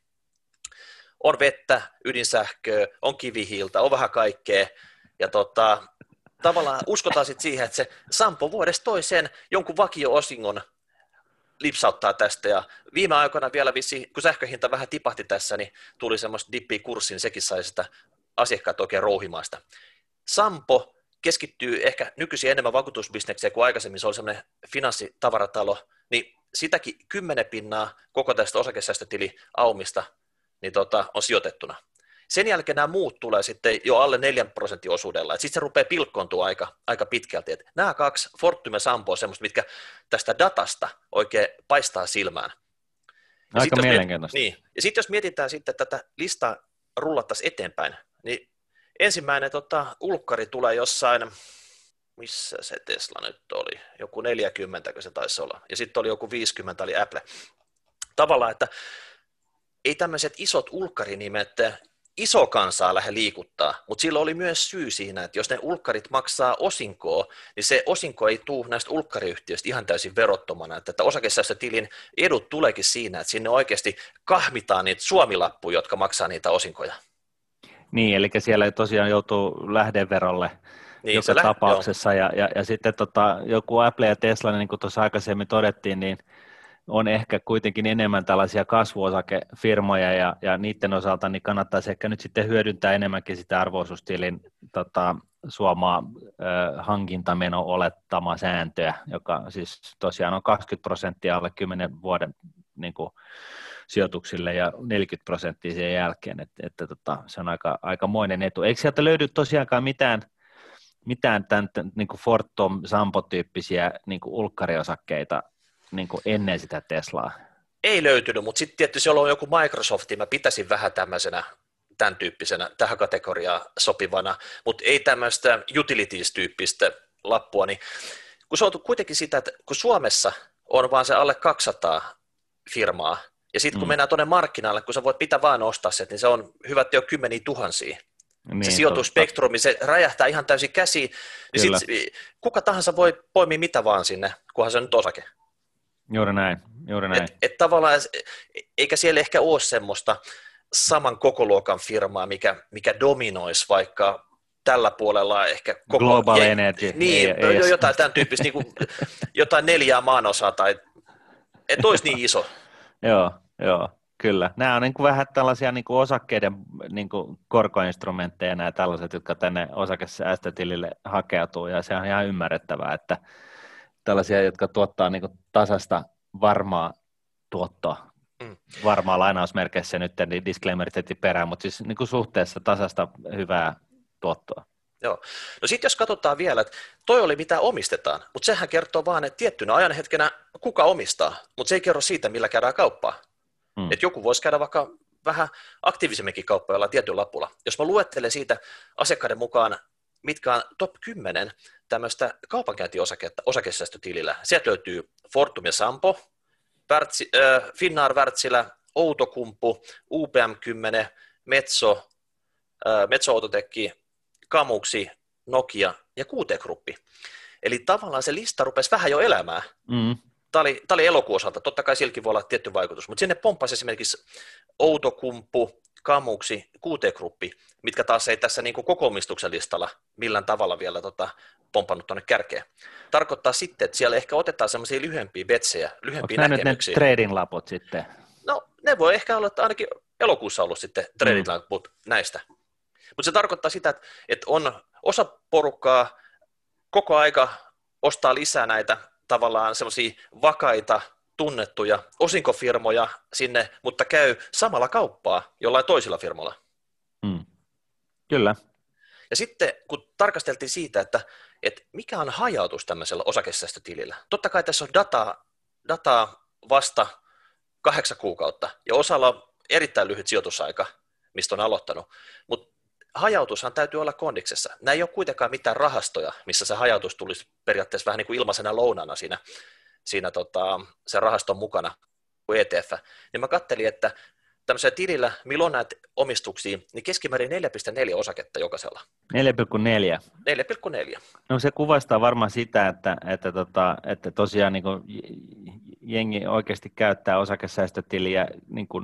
On vettä, ydinsähköä, on kivihiiltä, on vähän kaikkea. Ja tavallaan uskotaan sitten siihen, että se Sampo vuodesta toiseen jonkun vakio-osingon lipsauttaa tästä. Ja viime aikoina vielä kun sähköhinta vähän tipahti tässä, niin tuli semmoista dippiä kurssia, niin sekin sai sitä asiakkaat oikein rouhimaista. Sampo keskittyy ehkä nykyisin enemmän vakuutusbisnekseen kuin aikaisemmin, se oli semmoinen finanssitavaratalo, niin sitäkin 10% koko tästä osakesäästötili aumista niin on sijoitettuna. Sen jälkeen nämä muut tulee sitten jo alle 4% osuudella, sitten se rupeaa pilkkoontua aika pitkälti. Et nämä 2, Fortum ja Sampo, on semmoista, mitkä tästä datasta oikein paistaa silmään. Aika mielenkiintoista. Niin. Ja sitten jos mietitään sitten tätä listaa rullattaisiin eteenpäin, niin ensimmäinen ulkkari tulee jossain, missä se Tesla nyt oli, joku 40, kun se taisi olla, ja sitten oli joku 50, oli Apple. Tavallaan, että ei tämmöiset isot ulkkarinimet iso kansaa lähde liikuttaa, mutta sillä oli myös syy siinä, että jos ne ulkkarit maksaa osinkoa, niin se osinko ei tule näistä ulkkariyhtiöistä ihan täysin verottomana, että osakesäästötilin edut tuleekin siinä, että sinne oikeasti kahmitaan niitä suomilappuja, jotka maksaa niitä osinkoja. Niin, eli siellä tosiaan joutuu lähdeverolle Niin, joka joo. tapauksessa, ja sitten joku Apple ja Tesla, niin kuin tuossa aikaisemmin todettiin, niin on ehkä kuitenkin enemmän tällaisia kasvuosakefirmoja, ja niiden osalta niin kannattaisi ehkä nyt sitten hyödyntää enemmänkin sitä arvo-osuustilin suomaa hankintameno-olettama sääntöä, joka siis tosiaan on 20% alle 10 vuoden niin kuin sijoituksille ja 40% sen jälkeen, että se on aikamoinen etu. Eikö sieltä löydy tosiaankaan mitään tämän niin kuin Fortum Sampo-tyyppisiä niin kuin ulkkariosakkeita niin kuin ennen sitä Teslaa? Ei löytynyt, mutta sitten tietysti siellä on joku Microsoft, mä pitäisin vähän tämmöisenä tämän tyyppisenä, tähän kategoriaan sopivana, mutta ei tämmöistä utilities-tyyppistä lappua, niin kun se on kuitenkin sitä, että kun Suomessa on vaan se alle 200 firmaa, ja sitten kun mennään tuonne markkinalle, kun sä voit pitää vaan ostaa se, niin se on hyvät jo kymmeniä tuhansia. Niin, se sijoitusspektrumi, se räjähtää ihan täysin käsiin, niin sit kuka tahansa voi poimia mitä vaan sinne, kunhan se on nyt osake. Juuri näin. Et tavallaan, eikä siellä ehkä ole semmoista saman kokoluokan firmaa, mikä dominoisi vaikka tällä puolella ehkä koko... Global Energy. Niin, jotain tämän tyyppistä, niin kuin, jotain 4 maanosaa tai et olisi niin iso. Joo, kyllä. Nämä on niin kuin vähän tällaisia niin kuin osakkeiden niin kuin korkoinstrumentteja, nämä tällaiset, jotka tänne osakesäästötilille hakeutuu, ja se on ihan ymmärrettävää, että tällaisia, jotka tuottaa niin kuin tasasta varmaa tuottoa, varmaa lainausmerkeissä nyt, niin disclaimerit heti perään, mutta siis niin kuin suhteessa tasasta hyvää tuottoa. Joo. No sitten jos katsotaan vielä, että toi oli mitä omistetaan, mutta sehän kertoo vaan, että tiettynä ajanhetkenä kuka omistaa, mutta se ei kerro siitä, millä käydään kauppaa. Että joku voisi käydä vaikka vähän aktiivisemminkin kauppoja jollain tietyllä lapulla. Jos mä luettelen siitä asiakkaiden mukaan, mitkä on top 10 tämmöistä kaupankäyntiosaketta osakesäästötilillä, sieltä löytyy Fortum ja Sampo, Finnair Wärtsilä, Outokumpu, UPM10, Metso, Metso Outotec, Kamuksi, Nokia ja QT-gruppi. Eli tavallaan se lista rupesi vähän jo elämään. Tämä oli elokuun osalta, totta kai silläkin voi olla tietty vaikutus, mutta sinne pomppasi esimerkiksi Outokumpu, Kamuksi, QT-gruppi, mitkä taas ei tässä niin kuin koko omistuksen listalla millään tavalla vielä pomppannut tuonne kärkeen. Tarkoittaa sitten, että siellä ehkä otetaan semmoisia lyhyempiä betsejä, lyhyempiä näkemyksiä. Onko nämä nyt trading-laput sitten? No, ne voi ehkä olla, että ainakin elokuussa ollut sitten trading-laput näistä. Mutta se tarkoittaa sitä, että on osa porukkaa koko aika ostaa lisää näitä tavallaan semmoisia vakaita, tunnettuja osinkofirmoja sinne, mutta käy samalla kauppaa jollain toisilla firmoilla. Kyllä. Ja sitten kun tarkasteltiin siitä, että mikä on hajautus tämmöisellä osakesäästötilillä. Totta kai tässä on dataa vasta 8 kuukautta, ja osalla on erittäin lyhyt sijoitusaika, mistä on aloittanut, mutta hajautushan täytyy olla kondiksessa. Nämä ei ole kuitenkaan mitään rahastoja, missä se hajautus tulisi periaatteessa vähän niin kuin ilmaisena lounana siinä sen rahaston mukana kuin ETF. Niin mä kattelin, että tämmöisellä tilillä, milloin on näitä omistuksia, niin keskimäärin 4,4 osaketta jokaisella. 4,4? 4,4. No se kuvastaa varmaan sitä, että tosiaan niin kuin jengi oikeasti käyttää osakesäästötiliä niin kuin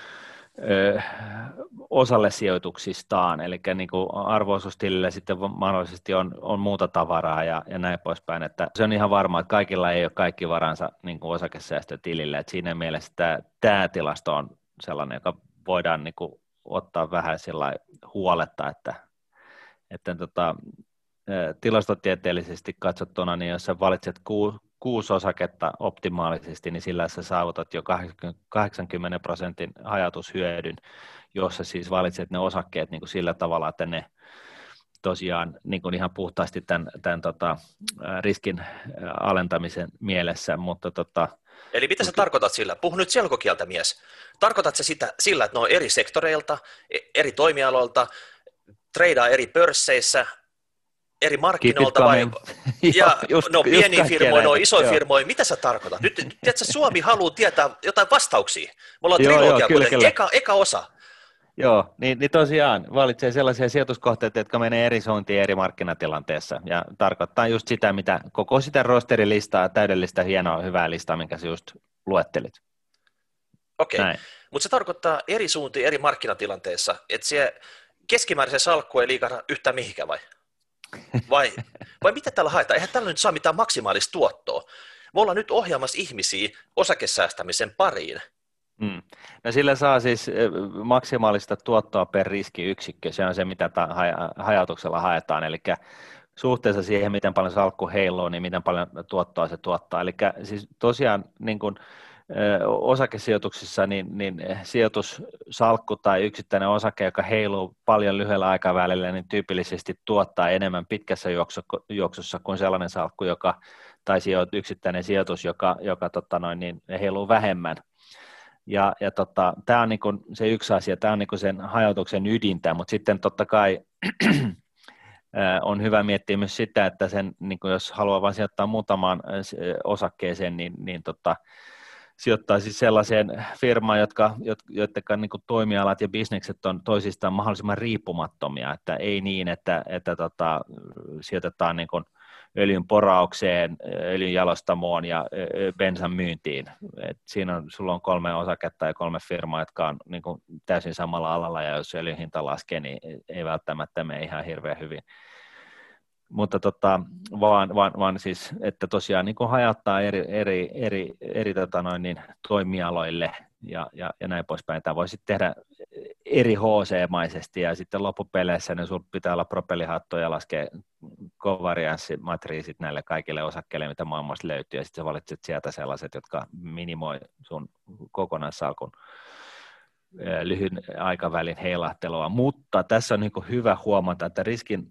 osalle sijoituksistaan, eli niin kuin arvo-osuustilillä sitten mahdollisesti on muuta tavaraa ja näin poispäin, että se on ihan varma, että kaikilla ei ole kaikki varansa niin kuin osakesäästötilillä, että siinä mielessä tämä tilasto on sellainen, joka voidaan niin kuin ottaa vähän huoletta, että tilastotieteellisesti katsottuna, niin jos sä valitset 6 osaketta optimaalisesti, niin sillä sä saavutat jo 80% hajautushyödyn, jossa siis valitset ne osakkeet niin kuin sillä tavalla, että ne tosiaan niin kuin ihan puhtaasti tämän riskin alentamisen mielessä, mutta Eli mitä sä tarkoitat sillä? Puhu nyt selkokieltä, mies. Tarkoitat sä sitä sillä, että ne on eri sektoreilta, eri toimialoilta, treidaa eri pörsseissä, eri markkinoilta vai? Ja no pieniä firmoja, no isoja firmoja. Mitä sä tarkoitat? Nyt tiedätkö, Suomi haluaa tietää jotain vastauksia. Me ollaan trilogia, kuten eka osa. Joo, niin tosiaan valitsee sellaisia sijoituskohteita, jotka menee eri suuntiin eri markkinatilanteessa, ja tarkoittaa just sitä, mitä koko sitä rosterilistaa, täydellistä, hienoa, hyvää listaa, minkä sä just luettelit. Okei, mutta se tarkoittaa eri suuntiin eri markkinatilanteessa, että keskimääräisen salkku ei liikahda yhtään mihinkään vai mitä tällä haetaan? Eihän tällä nyt saa mitään maksimaalista tuottoa. Me ollaan nyt ohjaamassa ihmisiä osakesäästämisen pariin. No sillä saa siis maksimaalista tuottoa per riskiyksikkö, se on se, mitä hajautuksella haetaan, eli suhteessa siihen, miten paljon salkku heiluu, niin miten paljon tuottoa se tuottaa. Eli siis tosiaan niin kuin osakesijoituksissa niin sijoitussalkku tai yksittäinen osake, joka heiluu paljon lyhyellä aikavälillä, niin tyypillisesti tuottaa enemmän pitkässä juoksussa kuin sellainen salkku, tai yksittäinen sijoitus, joka niin heiluu vähemmän. Ja tämä on niin kuin se yksi asia, tämä on niin kuin sen hajautuksen ydintä, mutta sitten totta kai on hyvä miettiä myös sitä, että niin kuin jos haluaa vain sijoittaa muutamaan osakkeeseen, niin sijoittaa siis sellaiseen firmaan, joiden niin kuin toimialat ja bisnekset on toisistaan mahdollisimman riippumattomia, että ei niin, että sijoitetaan niin kuin öljyn poraukseen, öljyn jalostamoon ja bensan myyntiin. Sulla on 3 osaketta ja 3 firmaa, jotka on niin kuin täysin samalla alalla, ja jos öljyn hinta laskee, niin ei välttämättä mene ihan hirveän hyvin. Mutta vaan siis, että tosiaan niin kuin hajauttaa eri toimialoille ja näin poispäin. Tämä voisi tehdä eri HC-maisesti, ja sitten loppupeleissä niin sinulla pitää olla propellihatto ja laskea kovarianssimatriisit näille kaikille osakkeille, mitä maailmassa löytyy, ja sitten sä valitset sieltä sellaiset, jotka minimoi sun kokonaissalkun lyhyen aikavälin heilahtelua. Mutta tässä on niin kuin hyvä huomata, että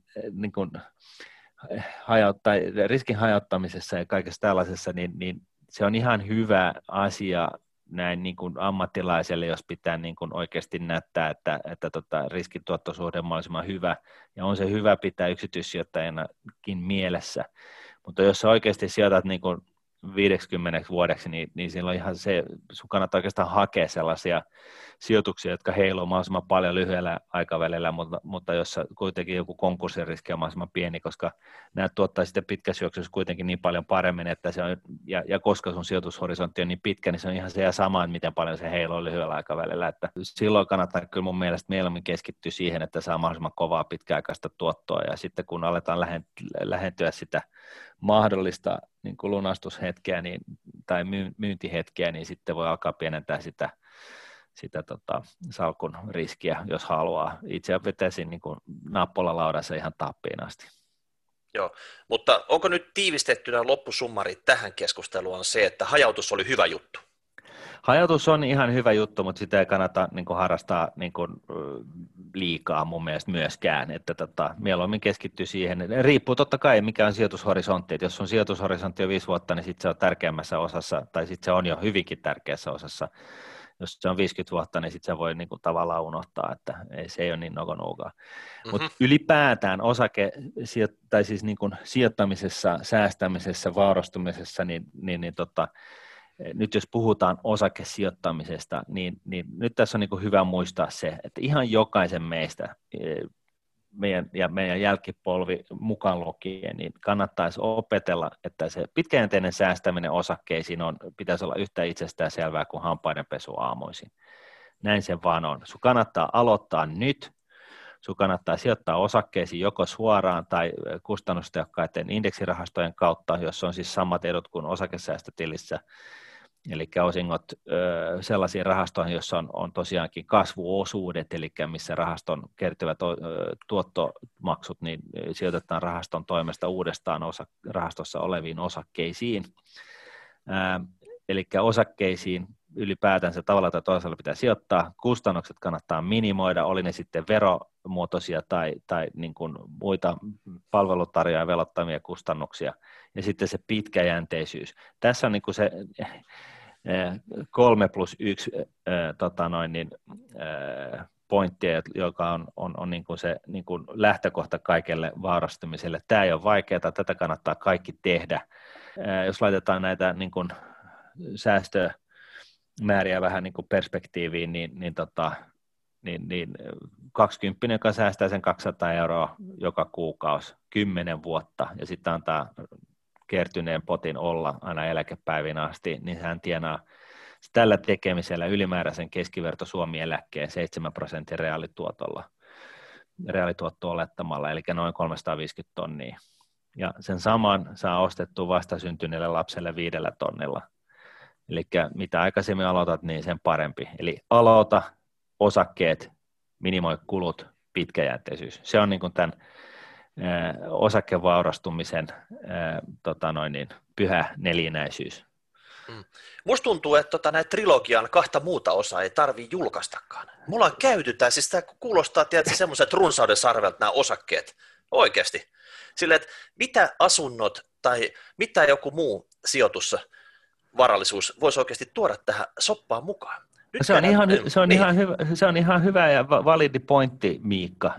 riskin hajauttamisessa ja kaikessa tällaisessa, niin se on ihan hyvä asia näin niin kuin ammattilaiselle, jos pitää niin kuin oikeasti näyttää, että riskituottosuhde on mahdollisimman hyvä, ja on se hyvä pitää yksityissijoittajanakin mielessä. Mutta jos sä oikeasti sijoitat niin kuin 50 vuodeksi, niin silloin ihan sun kannattaa oikeastaan hakea sellaisia sijoituksia, jotka heiluu mahdollisimman paljon lyhyellä aikavälillä, mutta jossa kuitenkin joku konkurssiriski on mahdollisimman pieni, koska nämä tuottaa sitten pitkässä juoksussa kuitenkin niin paljon paremmin, että se on, ja koska sun sijoitushorisontti on niin pitkä, niin se on ihan se ja sama, miten paljon se heiluu lyhyellä aikavälillä, että silloin kannattaa kyllä mun mielestä mieluummin keskittyä siihen, että saa mahdollisimman kovaa pitkäaikaista tuottoa, ja sitten kun aletaan lähentyä sitä mahdollista niin kuin lunastushetkeä tai myyntihetkeä, niin sitten voi alkaa pienentää sitä salkun riskiä, jos haluaa. Itse vetäisin niin kuin nappulalaudassa ihan tappiin asti. Joo, mutta onko nyt tiivistettynä loppusummari tähän keskusteluun on se, että hajautus oli hyvä juttu? Hajautus on ihan hyvä juttu, mutta sitä ei kannata niin kuin harrastaa niin kuin liikaa mun mielestä myöskään, että mieluummin keskittyy siihen. Riippuu totta kai, mikä on sijoitushorisontti, että jos sun sijoitushorisontti on 5 vuotta, niin sitten se on tärkeämmässä osassa, tai sitten se on jo hyvinkin tärkeässä osassa. Jos se on 50 vuotta, niin sitten se voi niin kuin tavallaan unohtaa, että se ei ole niin nokonuukaa. Mutta ylipäätään tai siis niin kuin sijoittamisessa, säästämisessä, vaurastumisessa, nyt jos puhutaan osakesijoittamisesta, niin nyt tässä on niin kuin hyvä muistaa se, että ihan jokaisen meistä, meidän jälkipolvi mukaan lukien, niin kannattaisi opetella, että se pitkäjänteinen säästäminen osakkeisiin pitäisi olla yhtä itsestään selvää kuin hampaidenpesu aamuisin. Näin se vaan on. Sun kannattaa aloittaa nyt. Sun kannattaa sijoittaa osakkeisiin joko suoraan tai kustannustehokkaiden indeksirahastojen kautta, jos on siis samat edut kuin osakesäästötilissä. Eli osingot sellaisiin rahastoihin, joissa on tosiaankin kasvuosuudet, eli missä rahaston kertyvät tuottomaksut niin sijoitetaan rahaston toimesta uudestaan rahastossa oleviin osakkeisiin. Eli osakkeisiin ylipäätänsä tavalla tai toisella pitää sijoittaa. Kustannukset kannattaa minimoida, oli ne sitten veromuotoisia tai niin kuin muita palvelutarjoajia velottamia kustannuksia. Ja sitten se pitkäjänteisyys. Tässä on niin kuin se 3+1 pointtia, joka on niin kuin se niin kuin lähtökohta kaikelle vaurastumiselle. Tämä ei ole vaikeaa, tätä kannattaa kaikki tehdä. Jos laitetaan näitä niin kuin säästömääriä vähän niin kuin perspektiiviin, niin 20, joka säästää sen 200 euroa joka kuukausi 10 vuotta ja sitten antaa kertyneen potin olla aina eläkepäiviin asti, niin hän tienaa tällä tekemisellä ylimääräisen keskiverto Suomi-eläkkeen 7% reaalituotolla. reaalituotto olettamalla, eli noin 350 tonnia. Ja sen saman saa ostettua vastasyntyneelle lapselle 5 tonnilla. Eli mitä aikaisemmin aloitat, niin sen parempi. Eli aloita, osakkeet, minimoi kulut, pitkäjänteisyys. Se on niin kuin tämän osakevaurastumisen pyhä nelinäisyys. Musta tuntuu, että näitä trilogian 2 muuta osaa ei tarvitse julkaistakaan. Mulla on käytytään, siis tämä kuulostaa tietysti semmoiset runsauden sarvelta nämä osakkeet, oikeasti. Silleen, että mitä asunnot tai mitä joku muu sijoitusvarallisuus voisi oikeasti tuoda tähän soppaan mukaan. Se on ihan hyvä ja validi pointti, Miikka.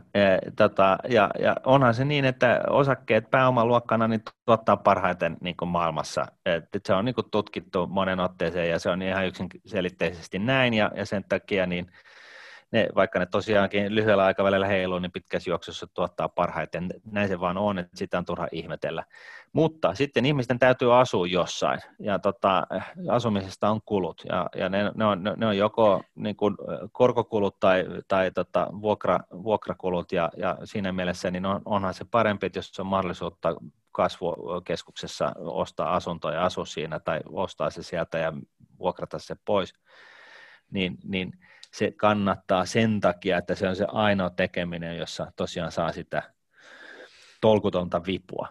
Ja onhan se niin, että osakkeet pääomaluokkana niin tuottaa parhaiten niin kuin maailmassa. Se on niin kuin tutkittu monen otteeseen ja se on ihan yksinselitteisesti näin ja sen takia niin vaikka ne tosiaankin lyhyellä aikavälillä heiluu, niin pitkässä juoksussa tuottaa parhaiten. Näin se vaan on, että sitä on turha ihmetellä. Mutta sitten ihmisten täytyy asua jossain, ja asumisesta on kulut, ja ne on joko niin kuin korkokulut tai vuokrakulut, ja siinä mielessä niin onhan se parempi, että jos on mahdollisuutta kasvukeskuksessa ostaa asuntoa ja asua siinä, tai ostaa se sieltä ja vuokrata se pois, niin se kannattaa sen takia, että se on se ainoa tekeminen, jossa tosiaan saa sitä tolkutonta vipua.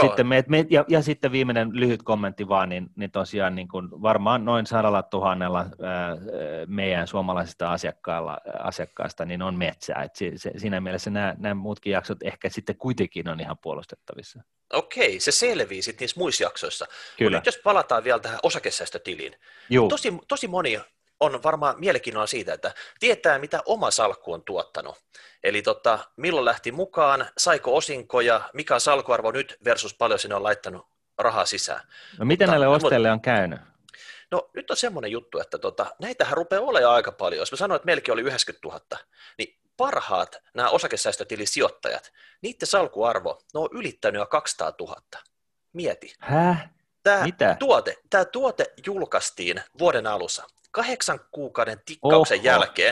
Ja sitten viimeinen lyhyt kommentti vaan, niin tosiaan niin kuin varmaan noin 100 000 meidän suomalaisista asiakkaista niin on metsää. Et siinä mielessä nämä muutkin jaksot ehkä sitten kuitenkin on ihan puolustettavissa. Okei, se selvii sitten niissä muissa jaksoissa. Kyllä. Nyt jos palataan vielä tähän osakesäästötiliin, tosi moni on varmaan mielenkiinnolla siitä, että tietää, mitä oma salkku on tuottanut. Eli milloin lähti mukaan, saiko osinkoja, mikä on salkuarvo nyt versus paljon sinne on laittanut rahaa sisään. No miten näille ostajille on käynyt? No nyt on semmoinen juttu, että näitähän rupeaa olemaan aika paljon. Jos mä sanoin, että meilläkin oli 90 000, niin parhaat nämä osakesäästötilisijoittajat, niiden salkuarvo, ne on ylittänyt jo 200 000. Mieti. Häh? Mitä? Tämä tuote julkaistiin vuoden alussa. 8 kuukauden tikkauksen jälkeen,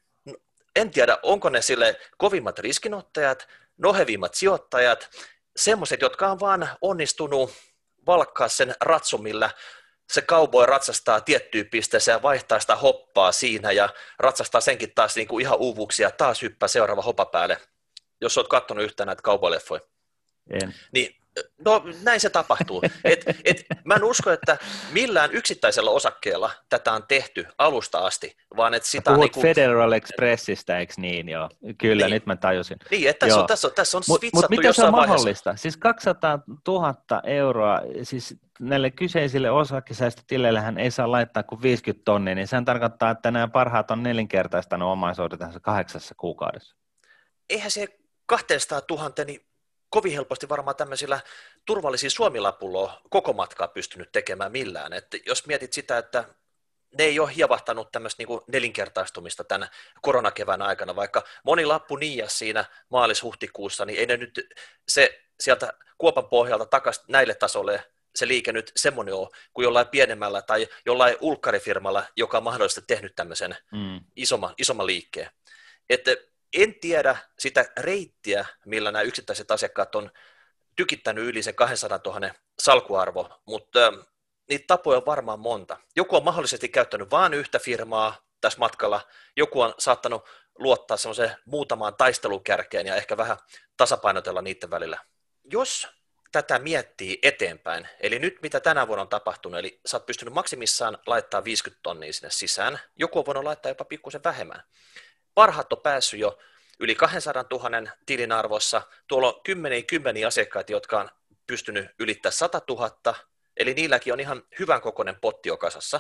en tiedä, onko ne sille kovimmat riskinottajat, nohevimmat sijoittajat, semmoiset, jotka on vaan onnistunut valkkaa sen ratsun, millä se cowboy ratsastaa tiettyyn pisteeseen ja vaihtaa sitä hoppaa siinä ja ratsastaa senkin taas niin kuin ihan uuvuuksia ja taas hyppää seuraava hopa päälle, jos olet katsonut yhtään näitä cowboy-leffoja. En. Niin, no näin se tapahtuu. Mä en usko, että millään yksittäisellä osakkeella tätä on tehty alusta asti, vaan että sitä puhut niin kuin Federal Expressistä, eikö niin? Joo. Kyllä, niin. Nyt mä tajusin. Niin, että tässä on switsattu Mutta miten se on mahdollista? Vaiheessa. Siis 200 000 euroa, siis näille kyseisille osakesäästötileillähän ei saa laittaa kuin 50 tonnia, niin sehän tarkoittaa, että nämä parhaat on nelinkertaistanut omaisuudensa 8 kuukaudessa. Eihän se 200 000, niin kovin helposti varmaan tämmöisillä turvallisilla suomilapulla koko matkaa pystynyt tekemään millään. Että jos mietit sitä, että ne ei ole hievahtanut tämmöistä niin kuin nelinkertaistumista tämän koronakevään aikana, vaikka moni lappu niias siinä maalis-huhtikuussa, niin ei ne nyt se sieltä kuopan pohjalta takaisin näille tasolle se liike nyt semmoinen ole kuin jollain pienemmällä tai jollain ulkkarifirmalla, joka on mahdollisesti tehnyt tämmöisen isomman liikkeen. Että en tiedä sitä reittiä, millä nämä yksittäiset asiakkaat on tykittänyt yli sen 200 000 salkuarvo, mutta niitä tapoja on varmaan monta. Joku on mahdollisesti käyttänyt vain yhtä firmaa tässä matkalla, joku on saattanut luottaa semmoiseen muutamaan taistelukärkeen ja ehkä vähän tasapainotella niiden välillä. Jos tätä miettii eteenpäin, eli nyt mitä tänä vuonna on tapahtunut, eli sä oot pystynyt maksimissaan laittaa 50 tonnia sinne sisään, joku on voinut laittaa jopa pikkusen vähemmän. Parhaat on päässyt jo yli 200 000 tilin arvossa. Tuolla on kymmeniä asiakkaita, jotka on pystynyt ylittämään 100 000, eli niilläkin on ihan hyvän kokoinen potti jo kasassa.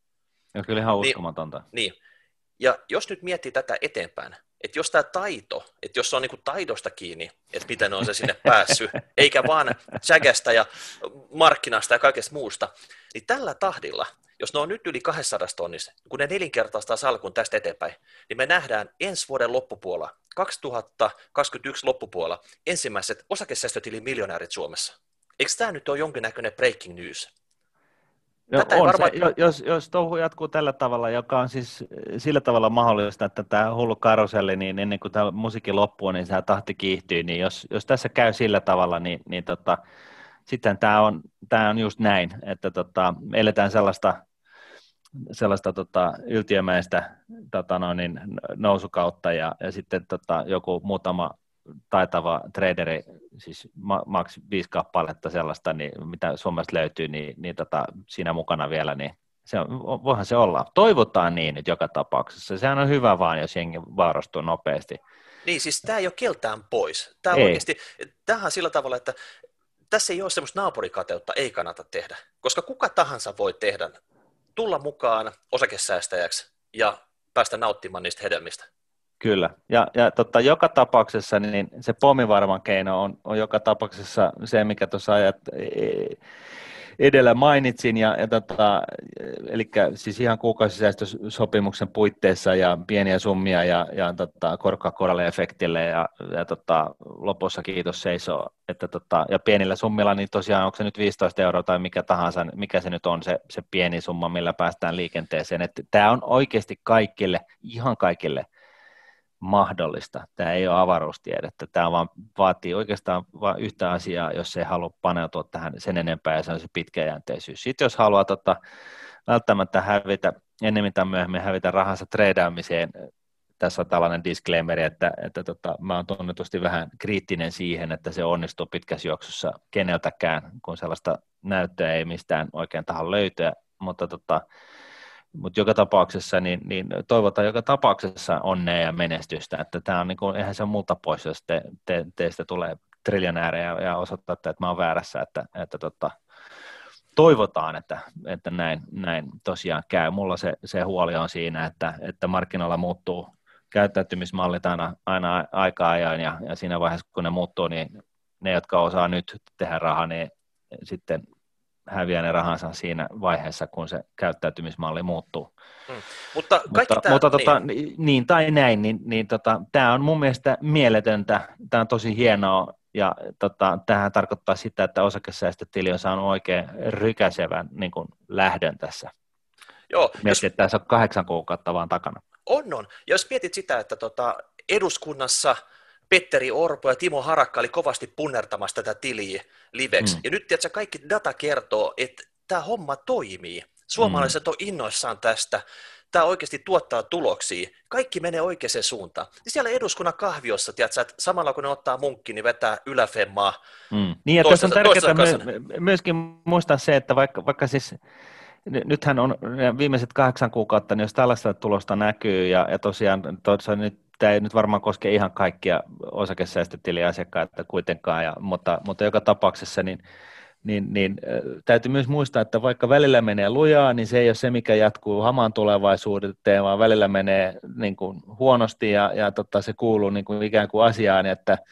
Ja kyllä ihan uskomatonta. Niin. Ja jos nyt miettii tätä eteenpäin, että jos tämä taito, että jos se on niinku taidosta kiinni, että miten on se sinne päässyt, eikä vaan säkästä ja markkinasta ja kaikesta muusta, niin tällä tahdilla, jos ne on nyt yli 200 tonnissa, kun ne nelinkertaistaa salkun tästä eteenpäin, niin me nähdään ensi vuoden loppupuolella, 2021 loppupuolella, ensimmäiset osakesäästötilin miljonäärit Suomessa. Eikö tämä nyt ole jonkinnäköinen breaking news? No Tätä ei on se, varmaan... jos touhu jatkuu tällä tavalla, joka on siis sillä tavalla mahdollista, että tämä hullu karuselli, niin ennen kuin tämä musiikki loppuu, niin se tahti kiihtyy, niin jos tässä käy sillä tavalla, niin sitten tämä on just näin, että me eletään sellaista yltiömäistä niin nousukautta ja sitten joku muutama taitava traderi, siis maks 5 kappaletta sellaista, niin mitä Suomesta löytyy, niin siinä mukana vielä, niin voihan se olla. Toivotaan niin nyt joka tapauksessa. Sehän on hyvä vaan, jos jengi vaarastuu nopeasti. Niin, siis tämä ei ole keltään pois. Tämä Ei. oikeasti, tämähän on sillä tavalla, että tässä ei ole semmoista naapurikateutta, ei kannata tehdä, koska kuka tahansa voi tehdä, tulla mukaan osakesäästäjäksi ja päästä nauttimaan niistä hedelmistä. Kyllä, ja joka tapauksessa niin se pommivarma keino on joka tapauksessa se, mikä tuossa edellä mainitsin, eli siis ihan kuukausisäästösopimuksen puitteissa ja pieniä summia ja korkoa efektille ja lopussa kiitos seisoo, ja pienillä summilla niin tosiaan onko se nyt 15 € tai mikä tahansa, mikä se nyt on se pieni summa, millä päästään liikenteeseen, että tämä on oikeasti kaikille, ihan kaikille mahdollista. Tämä ei ole avaruustiedettä. Tämä vaan vaatii oikeastaan vain yhtä asiaa, jos ei halua paneutua tähän sen enempää, ja se on se pitkäjänteisyys. Sitten jos haluaa välttämättä hävitä, ennemmin tai myöhemmin hävitä rahansa treidaamiseen, tässä on tällainen disclaimer, että mä oon tunnetusti vähän kriittinen siihen, että se onnistuu pitkässä juoksussa keneltäkään, kun sellaista näyttöä ei mistään oikein taho löytyä, mutta joka tapauksessa, niin toivotaan joka tapauksessa onnea ja menestystä, että tämä on niin kuin, eihän se multa pois, jos teistä tulee triljonäärejä ja osoittatte, että mä oon väärässä, että toivotaan, että näin tosiaan käy. Mulla se huoli on siinä, että markkinoilla muuttuu käyttäytymismallit aina aikaa ajoin, ja siinä vaiheessa, kun ne muuttuu, niin ne, jotka osaa nyt tehdä rahaa, niin sitten häviää ne rahansa siinä vaiheessa, kun se käyttäytymismalli muuttuu. Mutta niin tai näin, niin tämä on mun mielestä mieletöntä, tämä on tosi hienoa, ja tämähän tarkoittaa sitä, että osakesäästötili on saanut oikein rykäsevän niin kuin lähdön tässä. Joo. Mietit, että tässä on 8 kuukautta vaan takana. On. Ja jos mietit sitä, että eduskunnassa Petteri Orpo ja Timo Harakka oli kovasti punnertamassa tätä tiliä liveksi. Ja nyt tiedätkö, kaikki data kertoo, että tämä homma toimii. Suomalaiset on innoissaan tästä. Tämä oikeasti tuottaa tuloksia. Kaikki menee oikeaan suuntaan. Ja siellä eduskunnan kahviossa, tiedätkö, että samalla kun ne ottaa munkki, niin vetää yläfemmaa. Niin, että tässä on tärkeää myöskin muistaa se, että vaikka siis nythän on viimeiset 8 kuukautta, niin jos tällaista tulosta näkyy, ja tosiaan nyt tämä ei nyt varmaan koske ihan kaikkia osakesäästötiliasiakkaita kuitenkaan, mutta joka tapauksessa niin täytyy myös muistaa, että vaikka välillä menee lujaa, niin se ei ole se, mikä jatkuu hamaan tulevaisuuteen, vaan välillä menee niin kuin huonosti ja se kuuluu niin kuin ikään kuin asiaan,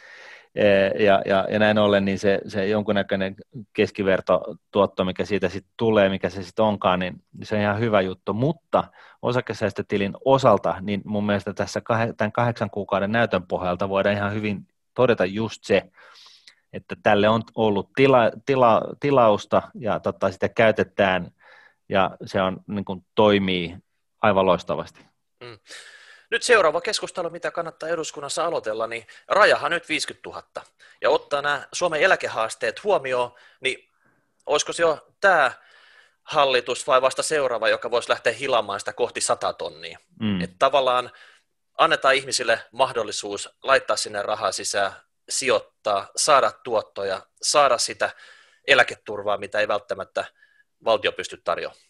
ja näin ollen niin se jonkunnäköinen keskivertotuotto, mikä siitä sitten tulee, mikä se sitten onkaan, niin se on ihan hyvä juttu, mutta osakesäästötilin osalta, niin mun mielestä tässä tämän 8 kuukauden näytön pohjalta voidaan ihan hyvin todeta just se, että tälle on ollut tilausta ja sitä käytetään ja se on, niin kuin, toimii aivan loistavasti. Nyt seuraava keskustelu, mitä kannattaa eduskunnassa aloitella, niin rajahan nyt 50 000. Ja ottaa nämä Suomen eläkehaasteet huomioon, niin olisiko se jo tämä hallitus vai vasta seuraava, joka voisi lähteä hilaamaan sitä kohti 100 tonnia. Että tavallaan annetaan ihmisille mahdollisuus laittaa sinne rahaa sisään, sijoittaa, saada tuottoja, saada sitä eläketurvaa, mitä ei välttämättä valtio pysty tarjoamaan.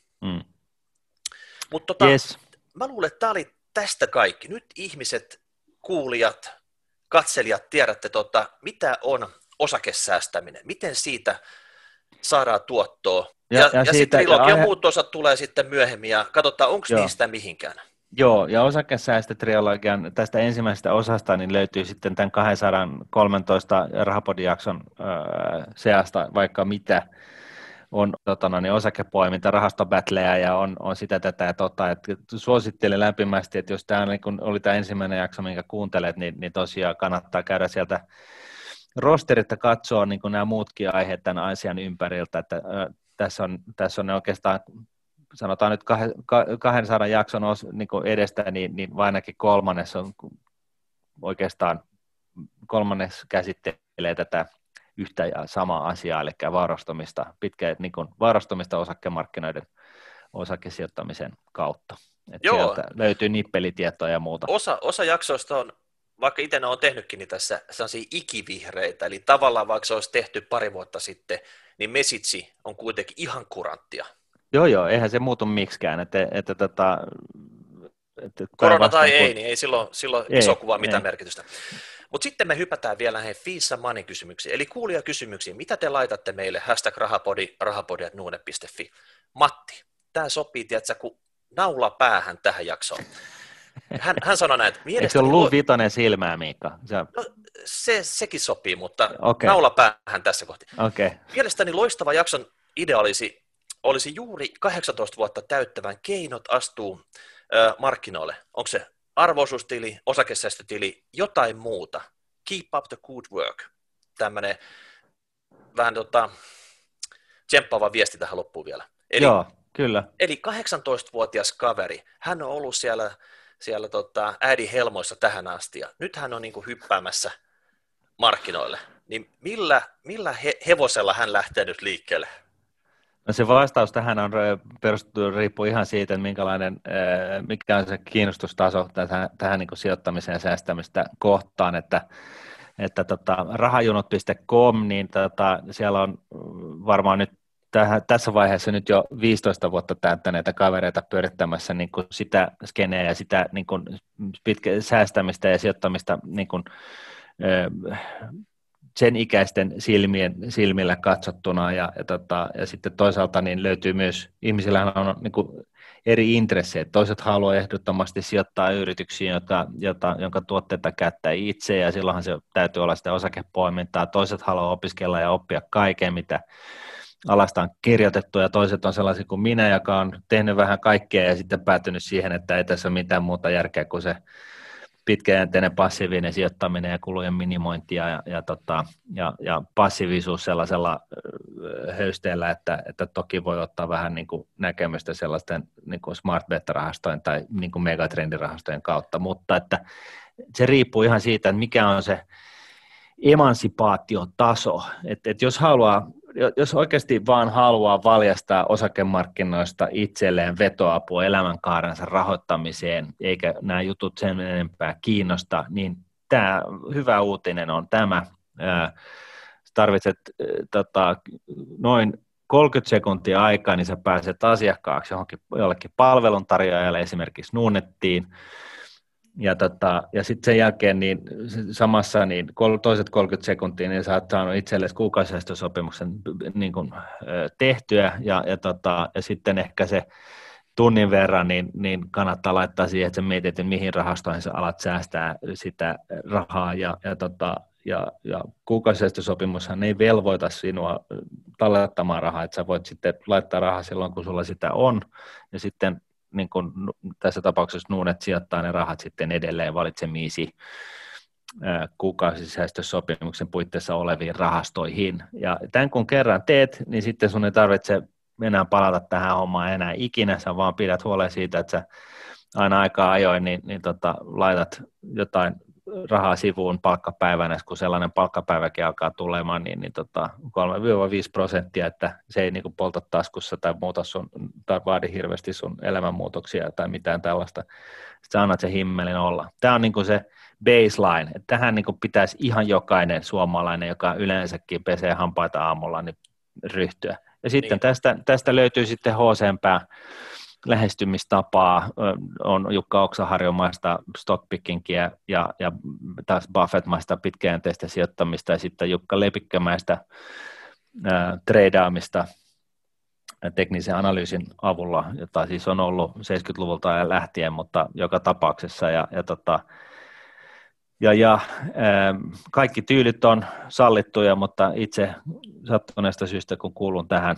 Mutta yes. Mä luulen, että tämä oli tästä kaikki. Nyt ihmiset, kuulijat, katselijat, tiedätte, mitä on osakesäästäminen, miten siitä saadaan tuottoa. Ja sitten trilogian muut osat tulee sitten myöhemmin ja katsotaan, onko niistä mihinkään. Joo, ja osakesäästötrilogian tästä ensimmäisestä osasta niin löytyy sitten tämän 213 rahapodijakson seasta vaikka mitä. On osakepoiminta, rahastobattleja ja on sitä tätä ja että suosittelen lämpimästi, että jos tämä oli tämä ensimmäinen jakso, minkä kuuntelet, niin tosiaan kannattaa käydä sieltä rosterilta katsoa niin kuin nämä muutkin aiheet tämän asian ympäriltä, että tässä on oikeastaan, sanotaan nyt 200 jakson niin edestä, niin ainakin kolmannes käsittelee tätä yhtä ja samaa asiaa, eli vaurastumista osakkemarkkinoiden osakesijoittamisen kautta. Sieltä löytyy nippelitietoa ja muuta. Osa jaksoista on, vaikka itse olen tehnytkin, niin tässä sellaisia ikivihreitä, eli tavallaan vaikka se olisi tehty pari vuotta sitten, niin message on kuitenkin ihan kuranttia. Joo, eihän se muutu miksikään. Korona tai ei, niin ei silloin iso kuva mitään merkitystä. Mutta sitten me hypätään vielä näihin Fees and Money-kysymyksiin, eli kuulijakysymyksiin. Mitä te laitatte meille? #rahapodi@nuune.fi. Matti, tämä sopii, tiedätkö, kun naula päähän tähän jaksoon. Hän sanoi näin, että eikö se ole Luu Vitoinen silmää, Miikka? No, sekin sopii, mutta naula päähän tässä kohti. Okay. Mielestäni loistava jakson idea olisi juuri 18 vuotta täyttävän keinot astuu markkinoille. Onko se arvo-osuustili, osakesäästötili, jotain muuta? Keep up the good work. Tämmöinen vähän tsemppaava viesti tähän loppuun vielä. Joo, kyllä. Eli 18-vuotias kaveri, hän on ollut siellä äidin helmoissa tähän asti, ja nyt hän on niin kuin hyppäämässä markkinoille. Niin millä hevosella hän lähtee nyt liikkeelle? No se vastaus tähän riippuu ihan siitä, että mikä on se kiinnostustaso tähän niin kuin sijoittamiseen ja säästämistä kohtaan, että rahajunot.com, niin siellä on varmaan nyt tässä vaiheessa nyt jo 15 vuotta täyttäneitä kavereita pyörittämässä niin kuin sitä skeneä ja sitä niin kuin säästämistä ja sijoittamista niin kuin, sen ikäisten silmillä katsottuna ja sitten toisaalta niin löytyy myös, ihmisillähän on niin kuin eri intressejä, toiset haluaa ehdottomasti sijoittaa yrityksiin, jonka tuotteita käyttää itse ja silloinhan se täytyy olla sitä osakepoimintaa, toiset haluaa opiskella ja oppia kaiken, mitä alasta on kirjoitettu ja toiset on sellaisia kuin minä, joka on tehnyt vähän kaikkea ja sitten päätynyt siihen, että ei tässä ole mitään muuta järkeä kuin se pitkäjänteinen passiivinen sijoittaminen ja kulujen minimointi ja passiivisuus sellaisella höysteellä, että toki voi ottaa vähän niin kuin näkemystä sellaisten niin kuin smart beta-rahastojen tai niin kuin megatrendirahastojen kautta, mutta että se riippuu ihan siitä, että mikä on se emansipaatiotaso, että jos oikeasti vaan haluaa valjastaa osakemarkkinoista itselleen vetoapua elämänkaarensa rahoittamiseen, eikä nämä jutut sen enempää kiinnosta, niin tämä hyvä uutinen on tämä. Tarvitset noin 30 sekuntia aikaa, niin sä pääset asiakkaaksi jollekin palveluntarjoajalle, esimerkiksi Nuunettiin, ja sitten sen jälkeen niin samassa niin toiset 30 sekuntia, niin sä oot saanut itsellesi kuukausisäästösopimuksen niin kuin, tehtyä, ja sitten ehkä se tunnin verran, niin kannattaa laittaa siihen, että sä mietit, että mihin rahastoihin sä alat säästää sitä rahaa, ja kuukausisäästösopimushan ei velvoita sinua tallettamaan rahaa, että sä voit sitten laittaa rahaa silloin, kun sulla sitä on, ja sitten niin kuin tässä tapauksessa Nuunet sijoittaa ne rahat sitten edelleen valitsemiisi kuukausisäästösopimuksen puitteissa oleviin rahastoihin. Ja tämän kun kerran teet, niin sitten sun ei tarvitse enää palata tähän hommaan enää ikinä, sä vaan pidät huolen siitä, että sä aina aikaa ajoin, niin laitat jotain rahaa sivuun palkkapäivänä, kun sellainen palkkapäiväkin alkaa tulemaan, niin 3-5%, että se ei niin kuin polta taskussa tai muuta tai vaadi hirveästi sun elämänmuutoksia tai mitään tällaista. Sitten sä annat se himmelin olla. Tämä on niin kuin se baseline, että tähän niin kuin pitäisi ihan jokainen suomalainen, joka yleensäkin pesee hampaita aamulla, niin ryhtyä. Ja sitten tästä löytyy sitten HC:mpää lähestymistapaa, on Jukka Oksaharjomaista stockpickingiä ja taas Buffett-maista pitkäjänteistä sijoittamista ja sitten Jukka Lepikkämäistä treidaamista teknisen analyysin avulla, jota siis on ollut 70-luvulta lähtien, mutta joka tapauksessa kaikki tyylit on sallittuja, mutta itse sattuneesta syystä, kun kuulun tähän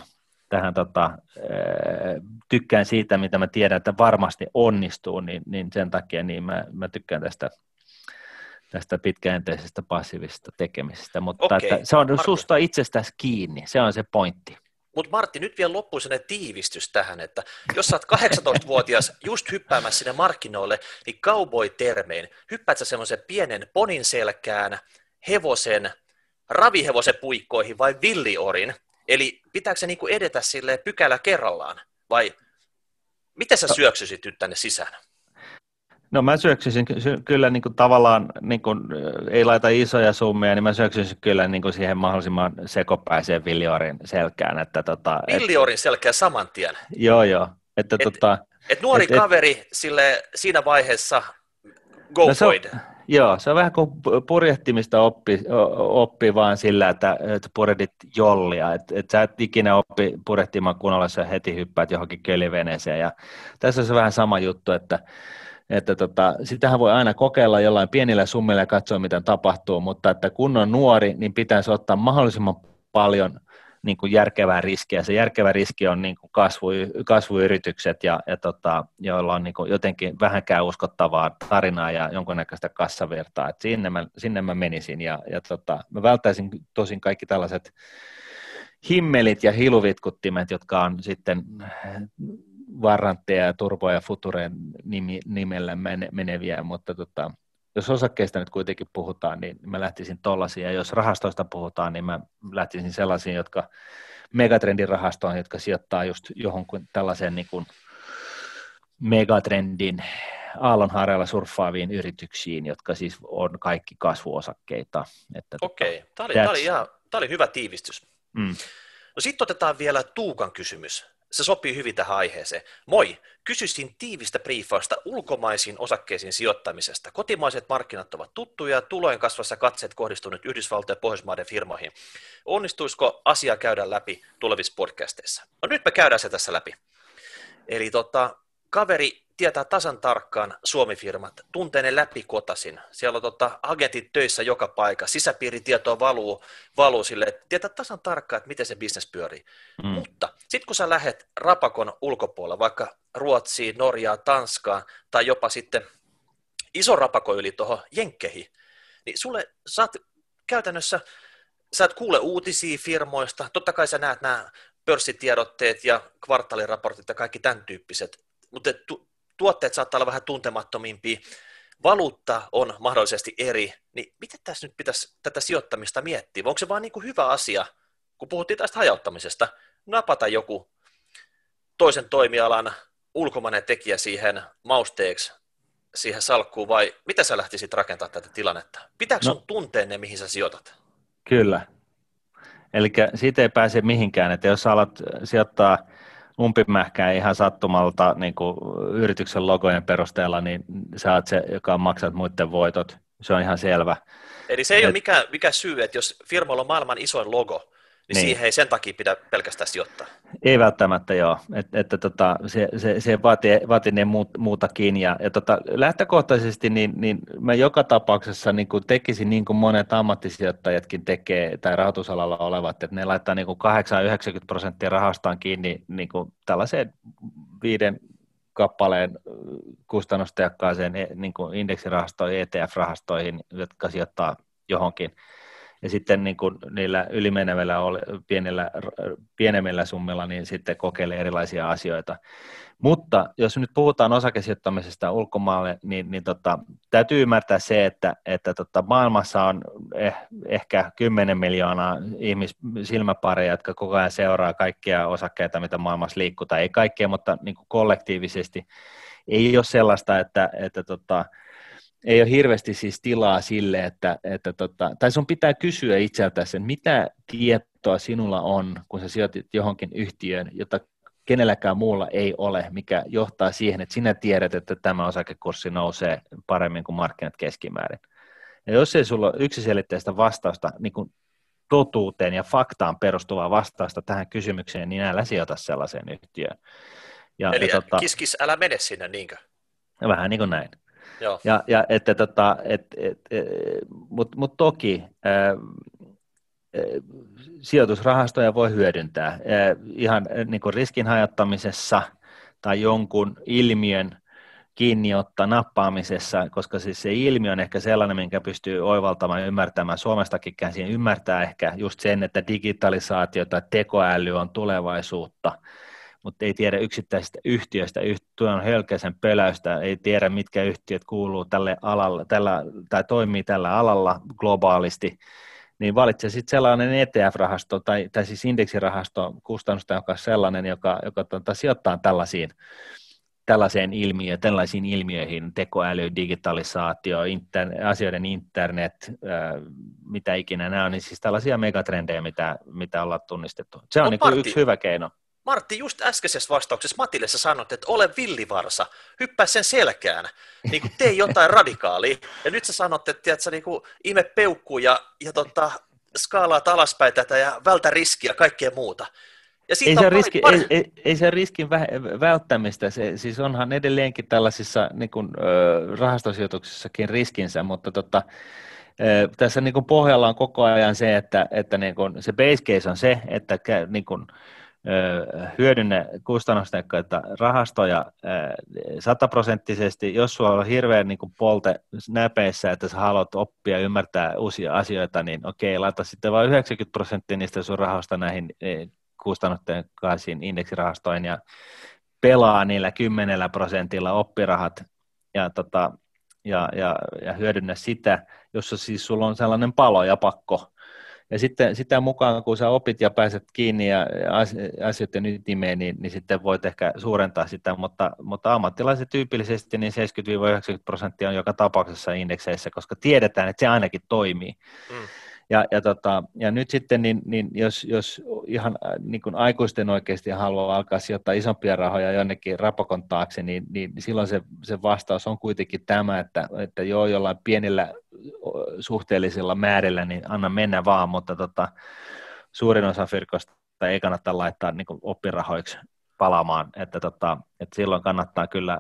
tykkään siitä, mitä mä tiedän, että varmasti onnistuu, niin sen takia niin mä tykkään tästä pitkäjänteisestä passiivisesta tekemisestä, mutta että se on susta itsestäsi kiinni, se on se pointti. Mutta Martti, nyt vielä loppuun sellainen tiivistys tähän, että jos sä oot 18-vuotias just hyppäämässä sinne markkinoille, niin cowboy-termein, hyppäät sä semmoisen pienen ponin selkään, hevosen, ravihevosen puikkoihin vai villiorin, eli pitääkö se niinku edetä silleen pykälä kerrallaan, vai miten sä syöksyisit nyt tänne sisään? No mä syöksyisin kyllä niin kuin tavallaan, niin kuin, ei laita isoja summia, niin mä syöksyisin kyllä niin kuin siihen mahdollisimman sekopäiseen villiorin selkään. Että, villiorin selkään saman tien? Joo. Että, et nuori kaveri siinä vaiheessa go no for it. Joo, se on vähän kuin purjehtimista oppi vaan sillä, että purjehdit jollia, että sä et ikinä oppi purjehtimaan kunnolla, jos heti hyppäät johonkin köliveneeseen. Ja tässä on se vähän sama juttu, että sitähän voi aina kokeilla jollain pienillä summilla ja katsoa, mitä tapahtuu, mutta että kun on nuori, niin pitäisi ottaa mahdollisimman paljon niin kuin järkevää riskiä. Se järkevä riski on niin kuin kasvuyritykset, joilla on niin kuin jotenkin vähänkään uskottavaa tarinaa ja jonkunnäköistä kassavirtaa. Et sinne mä menisin ja mä välttäisin tosin kaikki tällaiset himmelit ja hiluvitkuttimet, jotka on sitten Varrantteja ja Turboja ja Futureen nimellä meneviä, mutta jos osakkeista nyt kuitenkin puhutaan, niin mä lähtisin tollaisiin, ja jos rahastoista puhutaan, niin mä lähtisin sellaisiin, jotka megatrendin rahastoon, jotka sijoittaa just johonkin tällaiseen niin kuin megatrendin aallonharjalla surffaaviin yrityksiin, jotka siis on kaikki kasvuosakkeita. Okei, tämä oli hyvä tiivistys. No sitten otetaan vielä Tuukan kysymys. Se sopii hyvin tähän aiheeseen. Moi, kysyisin tiivistä briefausta ulkomaisiin osakkeisiin sijoittamisesta. Kotimaiset markkinat ovat tuttuja, tulojen kasvassa katseet kohdistuneet Yhdysvaltojen ja Pohjoismaiden firmoihin. Onnistuisiko asia käydä läpi tulevissa podcasteissa? No nyt me käydään se tässä läpi. Eli kaveri tietää tasan tarkkaan Suomi-firmat, tuntee ne läpikotasin. Siellä on agentit töissä joka paikka, sisäpiiritietoa valuu sille, että tietää tasan tarkkaan, että miten se business pyörii. Mutta sitten kun sä lähdet rapakon ulkopuolella, vaikka Ruotsiin, Norjaan, Tanskaan tai jopa sitten ison rapakon yli tuohon Jenkkeihin, niin käytännössä sä et kuule uutisia firmoista, totta kai sä näet nämä pörssitiedotteet ja kvartaaliraportit ja kaikki tämän tyyppiset, mutta tuotteet saattaa olla vähän tuntemattomimpia, valuutta on mahdollisesti eri, niin miten tässä nyt pitäisi tätä sijoittamista miettiä? Onko se vaan niin kuin hyvä asia, kun puhuttiin tästä hajauttamisesta, napata joku toisen toimialan ulkomainen tekijä siihen mausteeksi, siihen salkkuun, vai mitä sä lähtisit rakentamaan tätä tilannetta? Pitääkö sun tuntea ne, mihin sä sijoitat? Kyllä. Eli siitä ei pääse mihinkään, että jos sä alat sijoittaa umpimähkään ihan sattumalta niin kuin yrityksen logojen perusteella, niin sä oot se, joka maksat muiden voitot. Se on ihan selvä. Eli se ei ole mikään syy, että jos firmalla on maailman isoin logo, niin siihen ei sen takia pidä pelkästään sijoittaa. Ei välttämättä joo, se vaatii ne muutakin ja lähtökohtaisesti niin mä joka tapauksessa niin kuin tekisin niin kuin monet ammattisijoittajatkin tekee tai rahoitusalalla olevat, että ne laittaa niin kuin 8-90% rahastaan kiinni niin kuin tällaiseen 5 kappaleen kustannustehokkaaseen niin kuin indeksirahastoihin, ETF-rahastoihin, jotka sijoittaa johonkin. Ja sitten niin kuin niillä ylimenevillä pienemmillä summilla niin sitten kokeilee erilaisia asioita. Mutta jos nyt puhutaan osakesijoittamisesta ulkomaalle, niin täytyy ymmärtää se, että maailmassa on ehkä 10 miljoonaa silmäpareja, jotka koko ajan seuraa kaikkia osakkeita, mitä maailmassa liikkuu, tai ei kaikkea, mutta niin kuin kollektiivisesti ei ole sellaista, että ei ole hirveästi siis tilaa sille, tai sun pitää kysyä itseltäsi, mitä tietoa sinulla on, kun sä sijoitit johonkin yhtiöön, jota kenelläkään muulla ei ole, mikä johtaa siihen, että sinä tiedät, että tämä osakekurssi nousee paremmin kuin markkinat keskimäärin. Ja jos ei sulla ole yksiselitteistä vastausta, niin kuin totuuteen ja faktaan perustuvaa vastausta tähän kysymykseen, niin älä sijoita sellaiseen yhtiöön. Eli kiskis, älä mene sinne, niinkö? Vähän niin kuin näin. Joo. Mutta toki sijoitusrahastoja voi hyödyntää ihan niin kuin riskin hajottamisessa tai jonkun ilmiön kiinniottaa nappaamisessa, koska siis se ilmiö on ehkä sellainen, minkä pystyy oivaltamaan ja ymmärtämään. Suomestakin käsin ymmärtää ehkä just sen, että digitalisaatio tai tekoäly on tulevaisuutta, mutta ei tiedä yksittäisistä yhtiöistä, tuo on hölkäisen pöläystä, ei tiedä mitkä yhtiöt kuuluu tälle alalle, tai toimii tällä alalla globaalisti, niin valitse sitten sellainen ETF-rahasto tai siis indeksirahasto kustannustehokas sellainen, joka sijoittaa tällaisiin ilmiöihin, tekoäly, digitalisaatio, asioiden internet, mitä ikinä nämä on, niin siis tällaisia megatrendejä, mitä ollaan tunnistettu. Se on niin yksi hyvä keino. Martti, just äskeisessä vastauksessa Matille sä sanoit, että ole villivarsa, hyppää sen selkään, niin kuin tee jotain radikaalia. Ja nyt sä sanot, että tiedätkö, niin kuin ime peukkuun ja skaalaat alaspäin tätä ja vältä riskiä ja kaikkea muuta. Ja ei se riskin välttämistä, siis onhan edelleenkin tällaisissa niin kuin, rahastosijoituksissakin riskinsä, mutta tässä niin kuin pohjalla on koko ajan se, että niin kuin, se base case on se, että niin kuin, hyödynne kustannustehokkaita rahastoja 100%, jos sulla on hirveän niin kuin polte näpeissä, että sä haluat oppia ja ymmärtää uusia asioita, niin okei, laita sitten vain 90% niistä sun rahoista näihin kustannustehokkaisiin indeksirahastoihin ja pelaa niillä 10% oppirahat ja hyödynnä sitä, jossa siis sulla on sellainen palo ja pakko. Ja sitten sitä mukaan, kun sä opit ja pääset kiinni ja asioiden ytimeen, niin sitten voit ehkä suurentaa sitä, mutta ammattilaiset tyypillisesti niin 70-90% on joka tapauksessa indekseissä, koska tiedetään, että se ainakin toimii. Ja nyt sitten, niin jos ihan niin kuin aikuisten oikeasti haluaa alkaa sijoittaa isompia rahoja jonnekin rapakon taakse, niin silloin se vastaus on kuitenkin tämä, että joo, jollain pienillä suhteellisilla määrillä, niin anna mennä vaan, mutta suurin osa firkosta ei kannata laittaa niin kuin oppirahoiksi palaamaan, että silloin kannattaa kyllä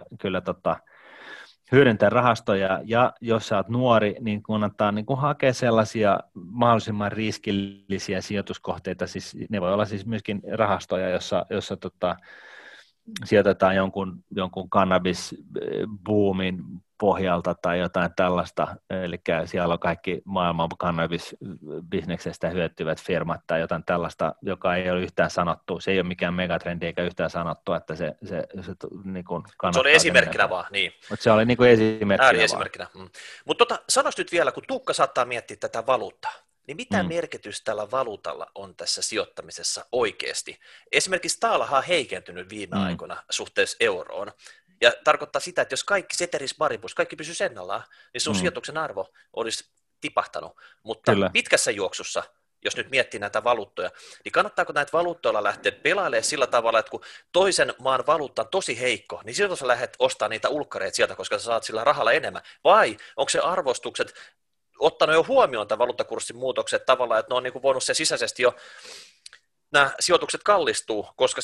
hyödyntää rahastoja, ja jos sä oot nuori, niin kannattaa niin kuin hakea sellaisia mahdollisimman riskillisiä sijoituskohteita, siis ne voi olla siis myöskin rahastoja, jossa sijoitetaan jonkun cannabis-boomin pohjalta tai jotain tällaista, eli siellä on kaikki maailman cannabis-bisneksestä hyötyvät firmat tai jotain tällaista, joka ei ole yhtään sanottu, se ei ole mikään megatrendi eikä yhtään sanottu, että se niin kuin kannattaa. Se oli esimerkkinä vaan, niin. Mutta se oli niin kuin esimerkkinä. Mutta sanois nyt vielä, kun Tuukka saattaa miettiä tätä valuuttaa, niin mitä merkitys tällä valuutalla on tässä sijoittamisessa oikeasti? Esimerkiksi taalahan on heikentynyt viime aikoina suhteessa euroon, ja tarkoittaa sitä, että jos kaikki ceteris paribus, kaikki pysyisi ennallaan, niin sun sijoituksen arvo olisi tipahtanut, mutta pitkässä juoksussa, jos nyt miettii näitä valuuttoja, niin kannattaako näitä valuuttoilla lähteä pelailemaan sillä tavalla, että kun toisen maan valuutta on tosi heikko, niin silloin sä lähdet ostamaan niitä ulkkareita sieltä, koska sä saat sillä rahalla enemmän, vai onko se arvostukset ottanut jo huomioon tämän valuuttakurssin muutokset tavallaan, että ne on niin kuin voinut se sisäisesti jo nämä sijoitukset kallistuu, koska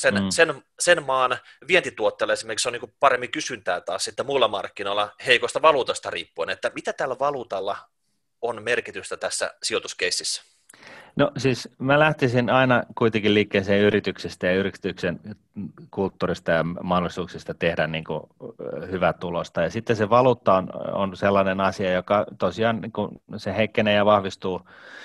sen maan vientituotteille esimerkiksi on niin kuin paremmin kysyntää taas sitten muilla markkinoilla heikosta valuutasta riippuen, että mitä tällä valuutalla on merkitystä tässä sijoituskeississä? No siis mä lähtisin aina kuitenkin liikkeeseen yrityksestä ja yrityksen kulttuurista ja mahdollisuuksista tehdä niin kuin hyvää tulosta. Ja sitten se valuutta on sellainen asia, joka tosiaan niin kuin se heikkenee ja vahvistuu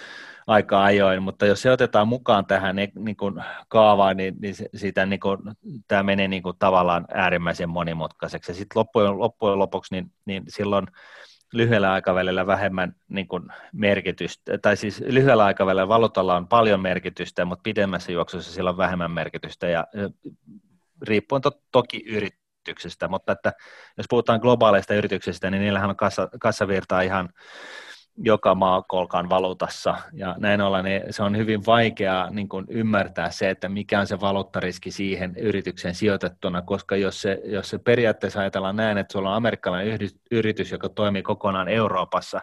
aika ajoin, mutta jos se otetaan mukaan tähän niin kuin kaavaan, niin siitä niin kuin, tämä menee niin kuin tavallaan äärimmäisen monimutkaiseksi. Ja sitten loppujen lopuksi niin silloin lyhyellä aikavälillä vähemmän niin kuin merkitystä, tai siis lyhyellä aikavälillä valuutalla on paljon merkitystä, mutta pidemmässä juoksussa sillä on vähemmän merkitystä, ja riippuen toki yrityksestä, mutta että jos puhutaan globaaleista yrityksistä, niin niillähän on kassavirtaa ihan joka maakolkan valuutassa, ja näin ollen niin se on hyvin vaikeaa niin kuin ymmärtää se, että mikä on se valuuttariski siihen yritykseen sijoitettuna, koska jos se periaatteessa ajatellaan näin, että sulla on amerikkalainen yritys, joka toimii kokonaan Euroopassa,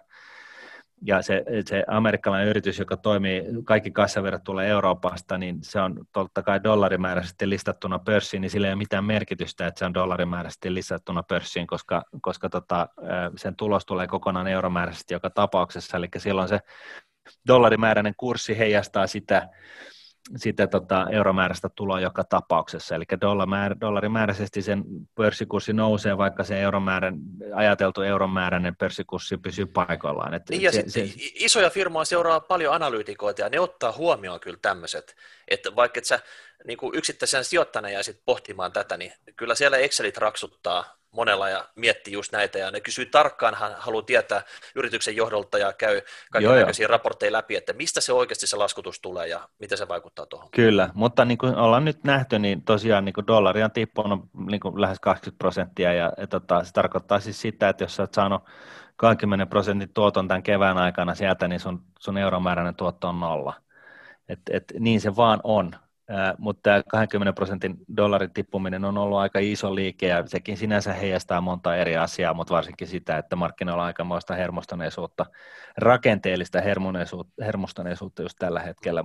ja se amerikkalainen yritys, joka toimii, kaikki kassavirrat tulee Euroopasta, niin se on totta kai dollarimääräisesti listattuna pörssiin, niin sillä ei ole mitään merkitystä, että se on dollarimääräisesti listattuna pörssiin, koska sen tulos tulee kokonaan euromääräisesti joka tapauksessa, eli silloin se dollarimääräinen kurssi heijastaa sitä sitä euromääräistä tuloa joka tapauksessa, eli dollarimääräisesti sen pörssikurssi nousee, vaikka se ajateltu euromääräinen pörssikurssi pysyy paikallaan. Niin ja sitten isoja firmoja seuraa paljon analyytikoita, ja ne ottaa huomioon kyllä tämmöiset, että vaikka et sä niin kuin yksittäisen sijoittajana jäisit pohtimaan tätä, niin kyllä siellä Excelit raksuttaa monella ja miettii just näitä, ja ne kysyy tarkkaan, hän haluaa tietää yrityksen johdolta ja käy kaikenlaisia raportteja läpi, että mistä se oikeasti se laskutus tulee ja miten se vaikuttaa tuohon. Kyllä, mutta niin kuin ollaan nyt nähty, niin tosiaan niin kuin dollari on tippunut niin kuin lähes 20%, ja se tarkoittaa siis sitä, että jos sä oot saanut 20% tuoton tämän kevään aikana sieltä, niin sun euromääräinen tuotto on 0. Niin se vaan on. Mutta tämä 20% dollarin tippuminen on ollut aika iso liike, ja sekin sinänsä heijastaa monta eri asiaa, mutta varsinkin sitä, että markkinoilla on aikamoista hermostuneisuutta, rakenteellista hermostuneisuutta just tällä hetkellä,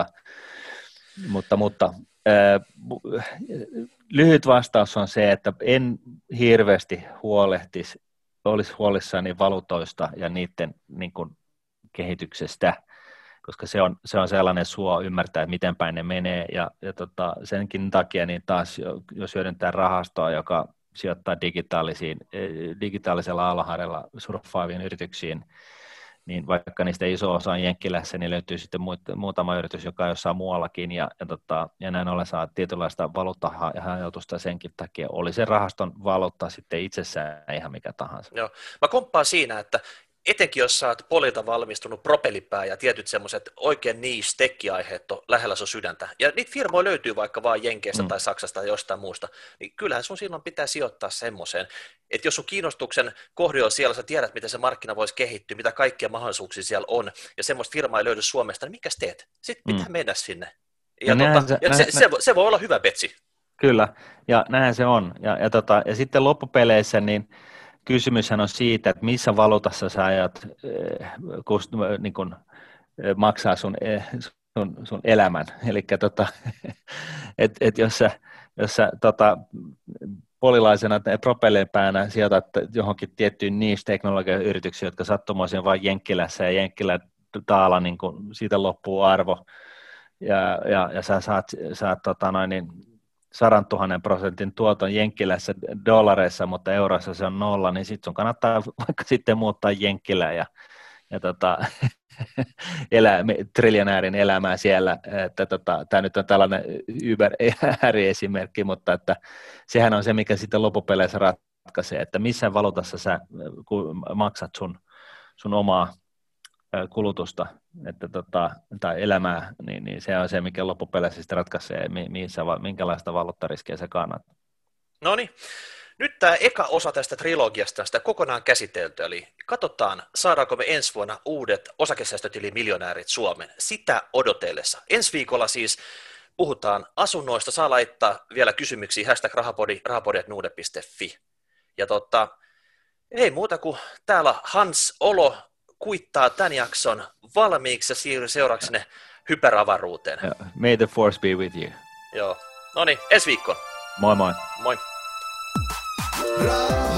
mutta lyhyt vastaus on se, että en hirveästi olisi huolissani valuutoista ja niiden niin kuin, kehityksestä, koska se on sellainen suo ymmärtää, että miten päin ne menee, ja senkin takia niin taas, jos hyödyntää rahastoa, joka sijoittaa digitaalisella alhaarella surffaaviin yrityksiin, niin vaikka niistä iso osa on Jenkkilässä, niin löytyy sitten muutama yritys, joka on jossain muuallakin, ja näin ollen saa tietynlaista valuuttahajautusta senkin takia. Oli se rahaston valuutta sitten itsessään ihan mikä tahansa. Joo. Mä komppaan siinä, että etenkin jos sä oot Polilta valmistunut propellipää ja tietyt semmoiset oikein niissä tekkiaiheet on lähellä sun sydäntä, ja niitä firmoja löytyy vaikka vaan Jenkeistä tai Saksasta tai jostain muusta, niin kyllähän sun silloin pitää sijoittaa semmoiseen, että jos sun kiinnostuksen kohde on siellä, sä tiedät, miten se markkina voisi kehittyä, mitä kaikkia mahdollisuuksia siellä on, ja semmoista firmaa ei löydy Suomesta, niin mikäs teet? Sitten pitää mennä sinne. Ja se voi olla hyvä betsi. Kyllä, ja näinhän se on. Ja sitten loppupeleissä, niin kysymyshän on siitä, että missä valuutassa sä ajat niin kun, maksaa sun elämän. Eli jos sä polilaisena propellipäänä sijoitat johonkin tiettyyn niche-teknologiayrityksiin, jotka sattumoisin vain Jenkkilässä, ja Jenkkilä taala, niin kun siitä loppuu arvo, ja sä saat 100 000% tuoton Jenkkilässä dollareissa, mutta euroissa se on 0, niin sitten sun kannattaa vaikka sitten muuttaa Jenkkilään ja elää triljonäärin elämää siellä. Tämä nyt on tällainen Uber-ääriesimerkki, mutta että sehän on se, mikä sitten loppupeleissä ratkaisee, että missä valuutassa sä maksat sun omaa kulutusta tai elämää, niin se on se, mikä loppupeleissä sitten ratkaisee, minkälaista valuuttariskiä sä kannat. No niin, nyt tämä eka osa tästä trilogiasta on sitä kokonaan käsitelty, eli katsotaan, saadaanko me ensi vuonna uudet osakesäästötilimiljonäärit Suomeen, sitä odotellessa. Ensi viikolla siis puhutaan asunnoista, saa laittaa vielä kysymyksiä #rahapodi@nuude.fi. Ja ei muuta kuin täällä Hans Olo kuittaa tämän jakson valmiiksi ja siirry seuraavaksi sinne hyperavaruuteen. May the force be with you. Joo. No niin, ensi viikkoon. Moi moi. Moi.